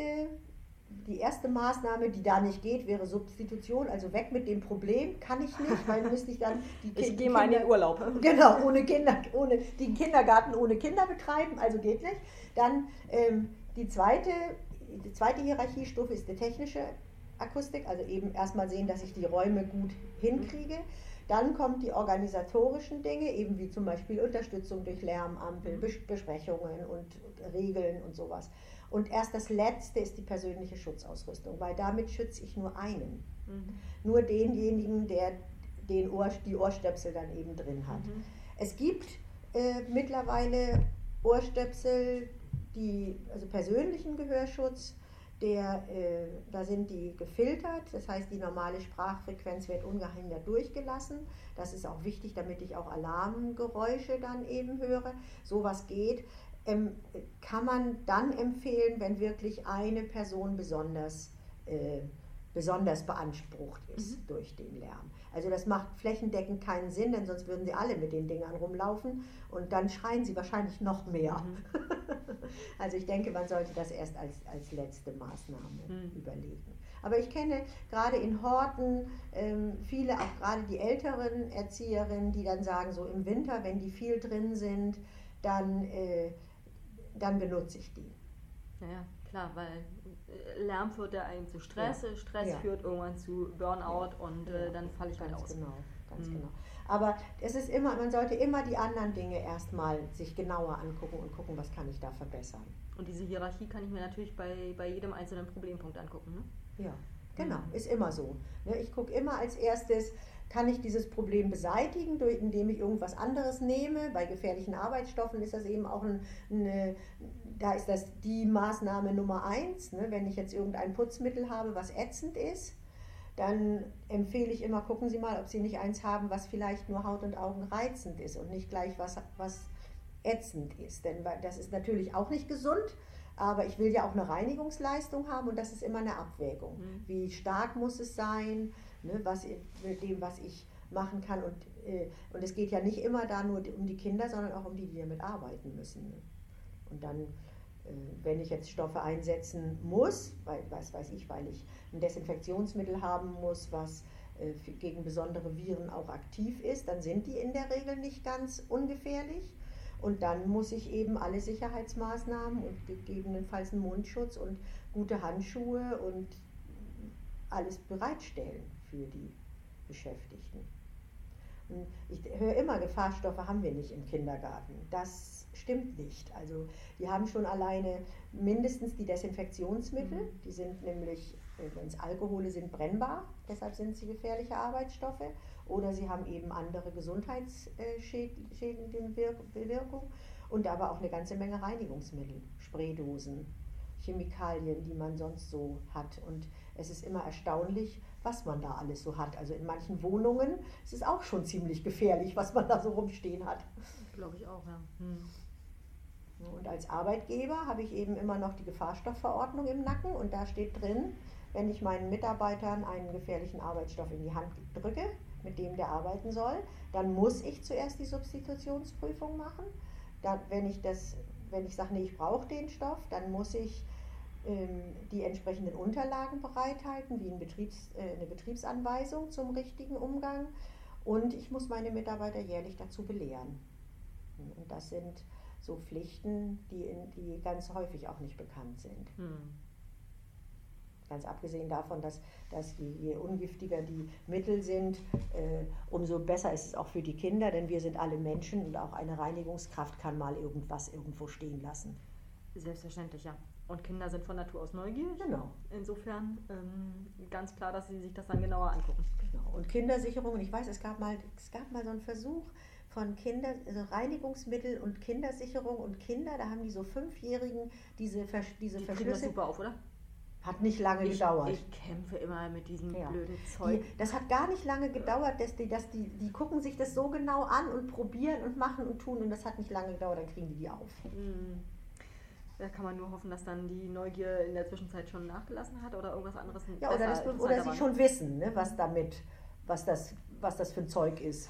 erste Maßnahme, die da nicht geht, wäre Substitution, also weg mit dem Problem, kann ich nicht, weil müsste ich dann ich gehe mal in den Urlaub. Genau, den Kindergarten ohne Kinder betreiben, also geht nicht. Dann die zweite Hierarchiestufe ist die technische Akustik, also eben erstmal sehen, dass ich die Räume gut hinkriege. Dann kommen die organisatorischen Dinge, eben wie zum Beispiel Unterstützung durch Lärmampel, Besprechungen und Regeln und sowas. Und erst das Letzte ist die persönliche Schutzausrüstung, weil damit schütze ich nur einen. Nur denjenigen, der die Ohrstöpsel dann eben drin hat. Es gibt mittlerweile Ohrstöpsel, also persönlichen Gehörschutz, da sind die gefiltert, das heißt, die normale Sprachfrequenz wird ungehindert durchgelassen. Das ist auch wichtig, damit ich auch Alarmgeräusche dann eben höre. Sowas geht. Kann man dann empfehlen, wenn wirklich eine Person besonders beansprucht ist durch den Lärm. Also das macht flächendeckend keinen Sinn, denn sonst würden sie alle mit den Dingern rumlaufen und dann schreien sie wahrscheinlich noch mehr. Also ich denke, man sollte das erst als letzte Maßnahme überlegen. Aber ich kenne gerade in Horten viele, auch gerade die älteren Erzieherinnen, die dann sagen, so im Winter, wenn die viel drin sind, dann benutze ich die. Ja, klar, weil Lärm führt ja eigentlich zu Stress, Stress führt irgendwann zu Burnout und dann falle ich halt aus. Genau, ganz genau. Aber man sollte immer die anderen Dinge erstmal sich genauer angucken und gucken, was kann ich da verbessern. Und diese Hierarchie kann ich mir natürlich bei jedem einzelnen Problempunkt angucken, ne? Ja, genau, ist immer so. Ich gucke immer als erstes, kann ich dieses Problem beseitigen, indem ich irgendwas anderes nehme. Bei gefährlichen Arbeitsstoffen ist das eben auch da ist das die Maßnahme Nummer 1. Ne? Wenn ich jetzt irgendein Putzmittel habe, was ätzend ist, dann empfehle ich immer, gucken Sie mal, ob Sie nicht eins haben, was vielleicht nur Haut und Augen reizend ist und nicht gleich was ätzend ist. Denn das ist natürlich auch nicht gesund, aber ich will ja auch eine Reinigungsleistung haben und das ist immer eine Abwägung. Wie stark muss es sein, ne, mit dem, was ich machen kann. Und es geht ja nicht immer da nur um die Kinder, sondern auch um die damit arbeiten müssen. Ne? Und dann, wenn ich jetzt Stoffe einsetzen muss, weil ich ein Desinfektionsmittel haben muss, was gegen besondere Viren auch aktiv ist, dann sind die in der Regel nicht ganz ungefährlich. Und dann muss ich eben alle Sicherheitsmaßnahmen und gegebenenfalls einen Mundschutz und gute Handschuhe und alles bereitstellen für die Beschäftigten. Und ich höre immer, Gefahrstoffe haben wir nicht im Kindergarten. Das stimmt nicht. Also die haben schon alleine mindestens die Desinfektionsmittel. Die sind nämlich, wenn es Alkohole sind, brennbar. Deshalb sind sie gefährliche Arbeitsstoffe. Oder sie haben eben andere gesundheitsschädigende Wirkung. Und aber auch eine ganze Menge Reinigungsmittel, Spraydosen, Chemikalien, die man sonst so hat. Und es ist immer erstaunlich, was man da alles so hat. Also in manchen Wohnungen ist es auch schon ziemlich gefährlich, was man da so rumstehen hat. Glaube ich auch, ja. Und als Arbeitgeber habe ich eben immer noch die Gefahrstoffverordnung im Nacken und da steht drin, wenn ich meinen Mitarbeitern einen gefährlichen Arbeitsstoff in die Hand drücke, mit dem der arbeiten soll, dann muss ich zuerst die Substitutionsprüfung machen. Dann, wenn ich sage, nee, ich brauche den Stoff, dann muss ich die entsprechenden Unterlagen bereithalten, wie eine Betriebsanweisung zum richtigen Umgang und ich muss meine Mitarbeiter jährlich dazu belehren. Und das sind so Pflichten, die ganz häufig auch nicht bekannt sind. Ganz abgesehen davon, dass je ungiftiger die Mittel sind, umso besser ist es auch für die Kinder, denn wir sind alle Menschen und auch eine Reinigungskraft kann mal irgendwas irgendwo stehen lassen. Selbstverständlich, ja. Und Kinder sind von Natur aus neugierig. Genau. Insofern ganz klar, dass sie sich das dann genauer angucken. Genau. Und Kindersicherung, und ich weiß, es gab mal so einen Versuch von also Reinigungsmittel und Kindersicherung und Kinder, da haben die so 5-Jährigen diese Verschlüsse. Das super auf, oder? Hat nicht lange gedauert. Ich kämpfe immer mit diesem blöden Zeug. Das hat gar nicht lange gedauert, die gucken sich das so genau an und probieren und machen und tun und das hat nicht lange gedauert, dann kriegen die auf. Da kann man nur hoffen, dass dann die Neugier in der Zwischenzeit schon nachgelassen hat oder irgendwas anderes. Ja, oder sie schon wissen, ne, was das für ein Zeug ist.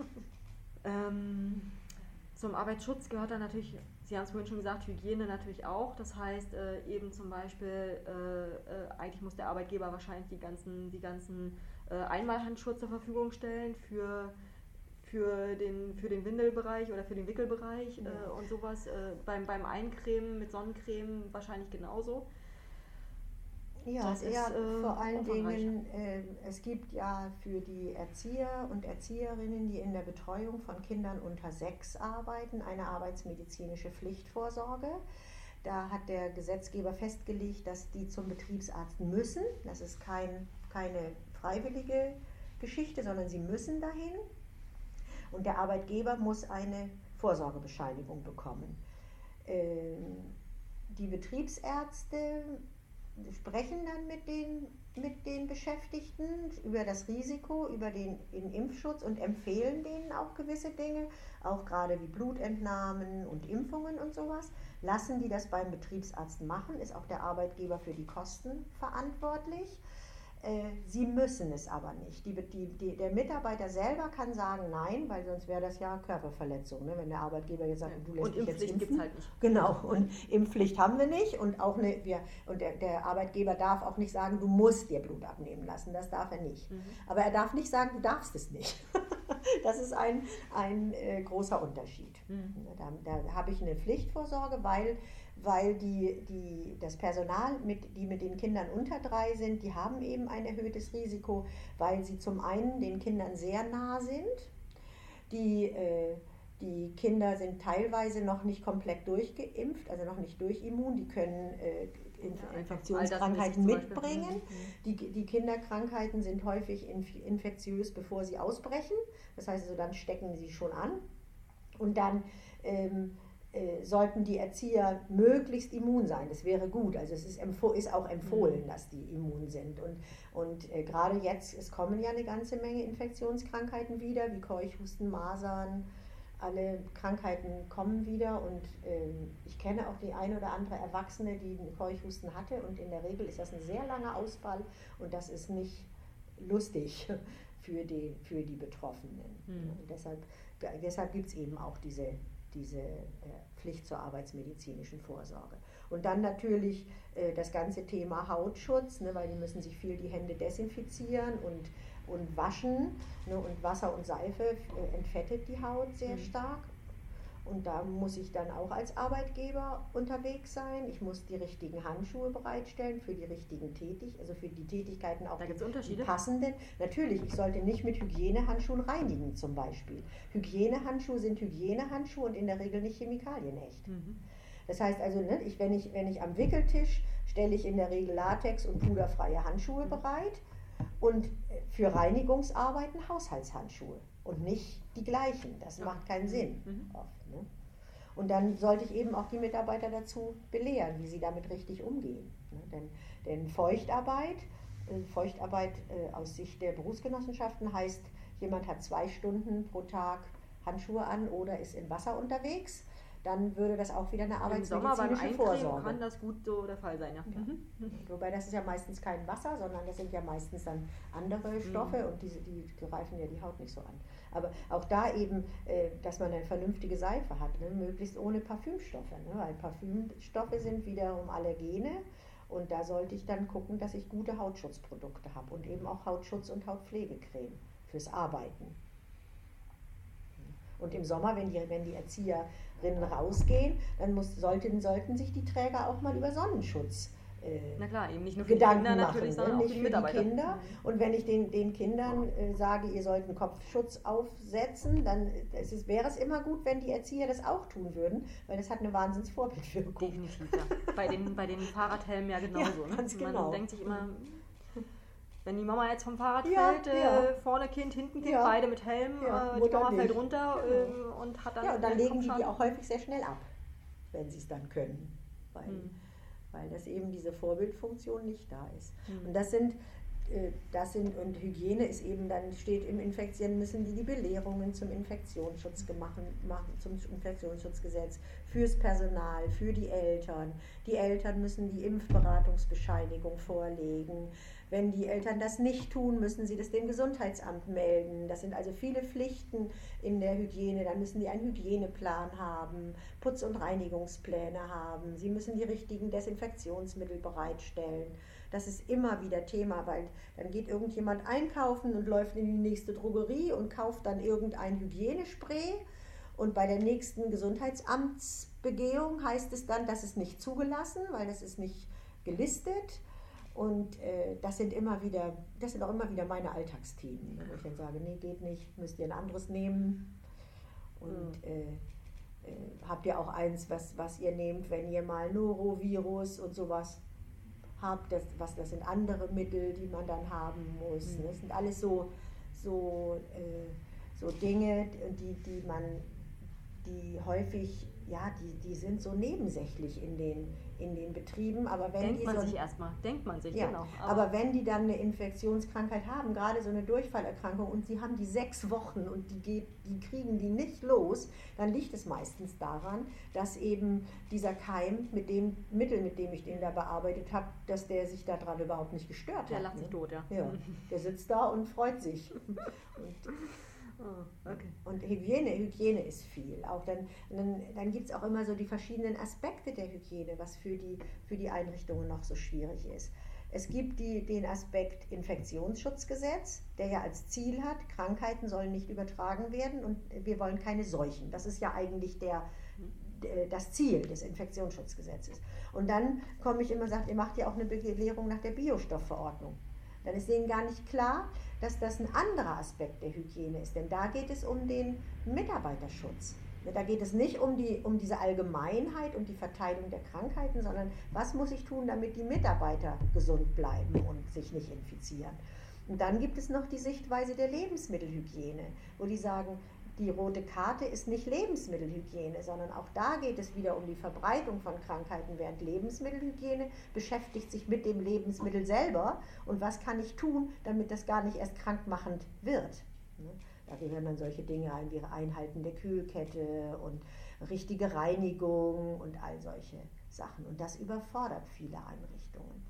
Zum Arbeitsschutz gehört dann natürlich, Sie haben es vorhin schon gesagt, Hygiene natürlich auch. Das heißt eben zum Beispiel, eigentlich muss der Arbeitgeber wahrscheinlich die ganzen Einmalhandschuhe zur Verfügung stellen für den Windelbereich oder für den Wickelbereich und sowas. Beim Eincremen mit Sonnencreme wahrscheinlich genauso. Ja, vor allen Dingen, es gibt ja für die Erzieher und Erzieherinnen, die in der Betreuung von Kindern unter 6 arbeiten, eine arbeitsmedizinische Pflichtvorsorge. Da hat der Gesetzgeber festgelegt, dass die zum Betriebsarzt müssen. Das ist keine freiwillige Geschichte, sondern sie müssen dahin. Und der Arbeitgeber muss eine Vorsorgebescheinigung bekommen. Die Betriebsärzte sprechen dann mit den Beschäftigten über das Risiko, über den Impfschutz und empfehlen denen auch gewisse Dinge, auch gerade wie Blutentnahmen und Impfungen und sowas. Lassen die das beim Betriebsarzt machen, ist auch der Arbeitgeber für die Kosten verantwortlich. Sie müssen es aber nicht. Der Mitarbeiter selber kann sagen nein, weil sonst wäre das ja Körperverletzung, ne? Wenn der Arbeitgeber jetzt sagt, du lässt dich jetzt impfen. Gibt es halt nicht. Genau, und Impfpflicht haben wir nicht und der Arbeitgeber darf auch nicht sagen, du musst dir Blut abnehmen lassen, das darf er nicht. Aber er darf nicht sagen, du darfst es nicht. Das ist ein großer Unterschied. Da habe ich eine Pflichtvorsorge, weil das Personal, die mit den Kindern unter 3 sind, die haben eben ein erhöhtes Risiko, weil sie zum einen den Kindern sehr nah sind. Die Kinder sind teilweise noch nicht komplett durchgeimpft, also noch nicht durchimmun, die können Infektionskrankheiten mitbringen. Die Kinderkrankheiten sind häufig infektiös, bevor sie ausbrechen. Das heißt also, dann stecken sie schon an. Und dann sollten die Erzieher möglichst immun sein. Das wäre gut. Also es ist auch empfohlen, dass die immun sind. Und gerade jetzt, es kommen ja eine ganze Menge Infektionskrankheiten wieder, wie Keuchhusten, Masern, alle Krankheiten kommen wieder. Und ich kenne auch die eine oder andere Erwachsene, die einen Keuchhusten hatte. Und in der Regel ist das ein sehr langer Ausfall und das ist nicht lustig für die Betroffenen. Und deshalb gibt es eben auch diese Pflicht zur arbeitsmedizinischen Vorsorge. Und dann natürlich das ganze Thema Hautschutz, ne, weil die müssen sich viel die Hände desinfizieren und waschen. Ne, und Wasser und Seife entfettet die Haut sehr stark. Und da muss ich dann auch als Arbeitgeber unterwegs sein. Ich muss die richtigen Handschuhe bereitstellen für die richtigen für die Tätigkeiten auch die passenden. Natürlich, ich sollte nicht mit Hygienehandschuhen reinigen zum Beispiel. Hygienehandschuhe sind Hygienehandschuhe und in der Regel nicht chemikalienecht. Das heißt also, ne, wenn ich am Wickeltisch stelle ich in der Regel Latex- und puderfreie Handschuhe bereit und für Reinigungsarbeiten Haushaltshandschuhe und nicht die gleichen. Das macht keinen Sinn oft. Ne? Und dann sollte ich eben auch die Mitarbeiter dazu belehren, wie sie damit richtig umgehen. Ne? Denn Feuchtarbeit aus Sicht der Berufsgenossenschaften heißt, jemand hat 2 Stunden pro Tag Handschuhe an oder ist im Wasser unterwegs. dann würde das auch wieder eine Im Sommer beim arbeitsmedizinische Eincremen Vorsorge. kann das gut so der Fall sein, ja. Wobei das ist ja meistens kein Wasser, sondern das sind ja meistens dann andere Stoffe und die greifen ja die Haut nicht so an. Aber auch da eben, dass man eine vernünftige Seife hat, ne? Möglichst ohne Parfümstoffe, ne? Weil Parfümstoffe sind wiederum Allergene und da sollte ich dann gucken, dass ich gute Hautschutzprodukte habe und eben auch Hautschutz- und Hautpflegecreme fürs Arbeiten. Und im Sommer, wenn die Erzieherinnen rausgehen, dann sollten sich die Träger auch mal über Sonnenschutz na klar, eben nicht nur für Gedanken die Kinder machen, natürlich, sondern auch nicht für die für die Mitarbeiter. Kinder. Und wenn ich den Kindern sage, ihr sollt einen Kopfschutz aufsetzen, dann wäre es immer gut, wenn die Erzieher das auch tun würden, weil das hat eine Wahnsinnsvorbildwirkung. Definitiv, ja. Bei den Fahrradhelmen ja genauso. Ja, ganz Man genau. denkt sich immer, wenn die Mama jetzt vom Fahrrad Ja, fällt, ja. vorne Kind, hinten Kind, Ja. beide mit Helm, Ja, die Mutter Mama fällt nicht. runter Genau. und hat dann Ja, und dann einen legen die Kopfschaden. auch häufig sehr schnell ab, wenn sie es dann können, weil das eben diese Vorbildfunktion nicht da ist. Und und Hygiene ist eben dann, steht im Infektion, müssen die Belehrungen zum Infektionsschutz machen, zum Infektionsschutzgesetz, fürs Personal, für die Eltern. Die Eltern müssen die Impfberatungsbescheinigung vorlegen. Wenn die Eltern das nicht tun, müssen sie das dem Gesundheitsamt melden. Das sind also viele Pflichten in der Hygiene. Dann müssen die einen Hygieneplan haben, Putz- und Reinigungspläne haben. Sie müssen die richtigen Desinfektionsmittel bereitstellen. Das ist immer wieder Thema, weil dann geht irgendjemand einkaufen und läuft in die nächste Drogerie und kauft dann irgendein Hygienespray. Und bei der nächsten Gesundheitsamtsbegehung heißt es dann, das ist nicht zugelassen, weil das ist nicht gelistet. Und das sind auch immer wieder meine Alltagsthemen, wo ich dann sage, nee, geht nicht, müsst ihr ein anderes nehmen. Und habt ihr auch eins, was ihr nehmt, wenn ihr mal Norovirus und sowas habt, das sind andere Mittel, die man dann haben muss. Das sind alles so Dinge, die häufig, ja, die sind so nebensächlich in den Betrieben, aber wenn denkt man sich, ja, genau. Aber wenn die dann eine Infektionskrankheit haben, gerade so eine Durchfallerkrankung und sie haben die 6 Wochen und die kriegen die nicht los, dann liegt es meistens daran, dass eben dieser Keim mit dem Mittel, mit dem ich den da bearbeitet habe, dass der sich daran überhaupt nicht gestört hat. Der lacht sich tot, ja. Ja, der sitzt da und freut sich. Okay. Und Hygiene ist viel. Auch dann gibt es auch immer so die verschiedenen Aspekte der Hygiene, was für die Einrichtungen noch so schwierig ist. Es gibt den Aspekt Infektionsschutzgesetz, der ja als Ziel hat, Krankheiten sollen nicht übertragen werden und wir wollen keine Seuchen. Das ist ja eigentlich das Ziel des Infektionsschutzgesetzes. Und dann komme ich immer und sage, ihr macht ja auch eine Belehrung nach der Biostoffverordnung. Dann ist denen gar nicht klar, dass das ein anderer Aspekt der Hygiene ist, denn da geht es um den Mitarbeiterschutz. Da geht es nicht um diese Allgemeinheit und die Verteilung der Krankheiten, sondern was muss ich tun, damit die Mitarbeiter gesund bleiben und sich nicht infizieren. Und dann gibt es noch die Sichtweise der Lebensmittelhygiene, wo die sagen, die rote Karte ist nicht Lebensmittelhygiene, sondern auch da geht es wieder um die Verbreitung von Krankheiten, während Lebensmittelhygiene beschäftigt sich mit dem Lebensmittel selber und was kann ich tun, damit das gar nicht erst krankmachend wird. Da gehören dann solche Dinge ein wie Einhalten der Kühlkette und richtige Reinigung und all solche Sachen. Und das überfordert viele Einrichtungen.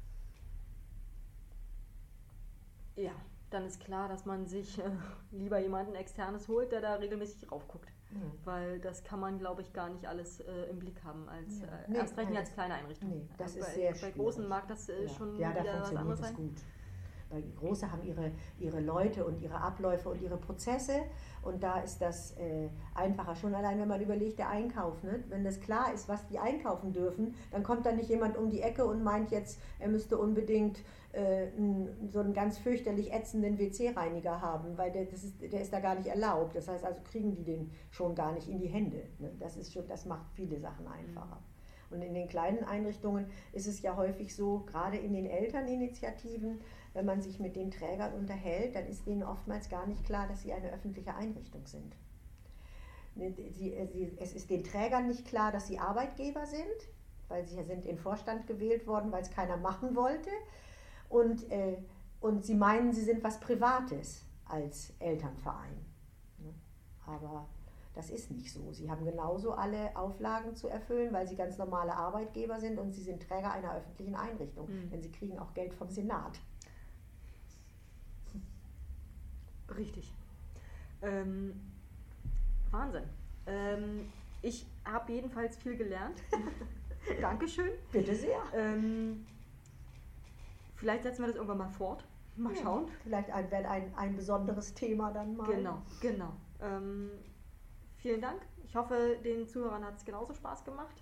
Ja, dann ist klar, dass man sich lieber jemanden Externes holt, der da regelmäßig raufguckt. Weil das kann man, glaube ich, gar nicht alles im Blick haben, erst recht nicht als kleine Einrichtung. Nee, das ist sehr schwierig. Bei Großen mag das schon da wieder was anderes sein. Gut. Weil die Große haben ihre Leute und ihre Abläufe und ihre Prozesse und da ist das einfacher. Schon allein, wenn man überlegt, der Einkauf, ne? Wenn das klar ist, was die einkaufen dürfen, dann kommt dann nicht jemand um die Ecke und meint jetzt, er müsste unbedingt so einen ganz fürchterlich ätzenden WC-Reiniger haben, weil der ist da gar nicht erlaubt. Das heißt also, kriegen die den schon gar nicht in die Hände. Ne? Das macht viele Sachen einfacher. Und in den kleinen Einrichtungen ist es ja häufig so, gerade in den Elterninitiativen, wenn man sich mit den Trägern unterhält, dann ist denen oftmals gar nicht klar, dass sie eine öffentliche Einrichtung sind. Es ist den Trägern nicht klar, dass sie Arbeitgeber sind, weil sie sind in den Vorstand gewählt worden, weil es keiner machen wollte. Und sie meinen, sie sind was Privates als Elternverein. Aber Das ist nicht so. Sie haben genauso alle Auflagen zu erfüllen, weil sie ganz normale Arbeitgeber sind und sie sind Träger einer öffentlichen Einrichtung, denn sie kriegen auch Geld vom Senat. Richtig. Wahnsinn. Ich habe jedenfalls viel gelernt. Dankeschön. Bitte sehr. Vielleicht setzen wir das irgendwann mal fort. Mal schauen. Vielleicht ein besonderes Thema dann mal. Genau. Vielen Dank. Ich hoffe, den Zuhörern hat es genauso Spaß gemacht.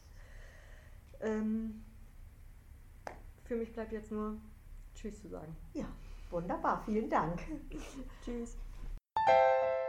Für mich bleibt jetzt nur Tschüss zu sagen. Ja, wunderbar. Vielen Dank. Tschüss.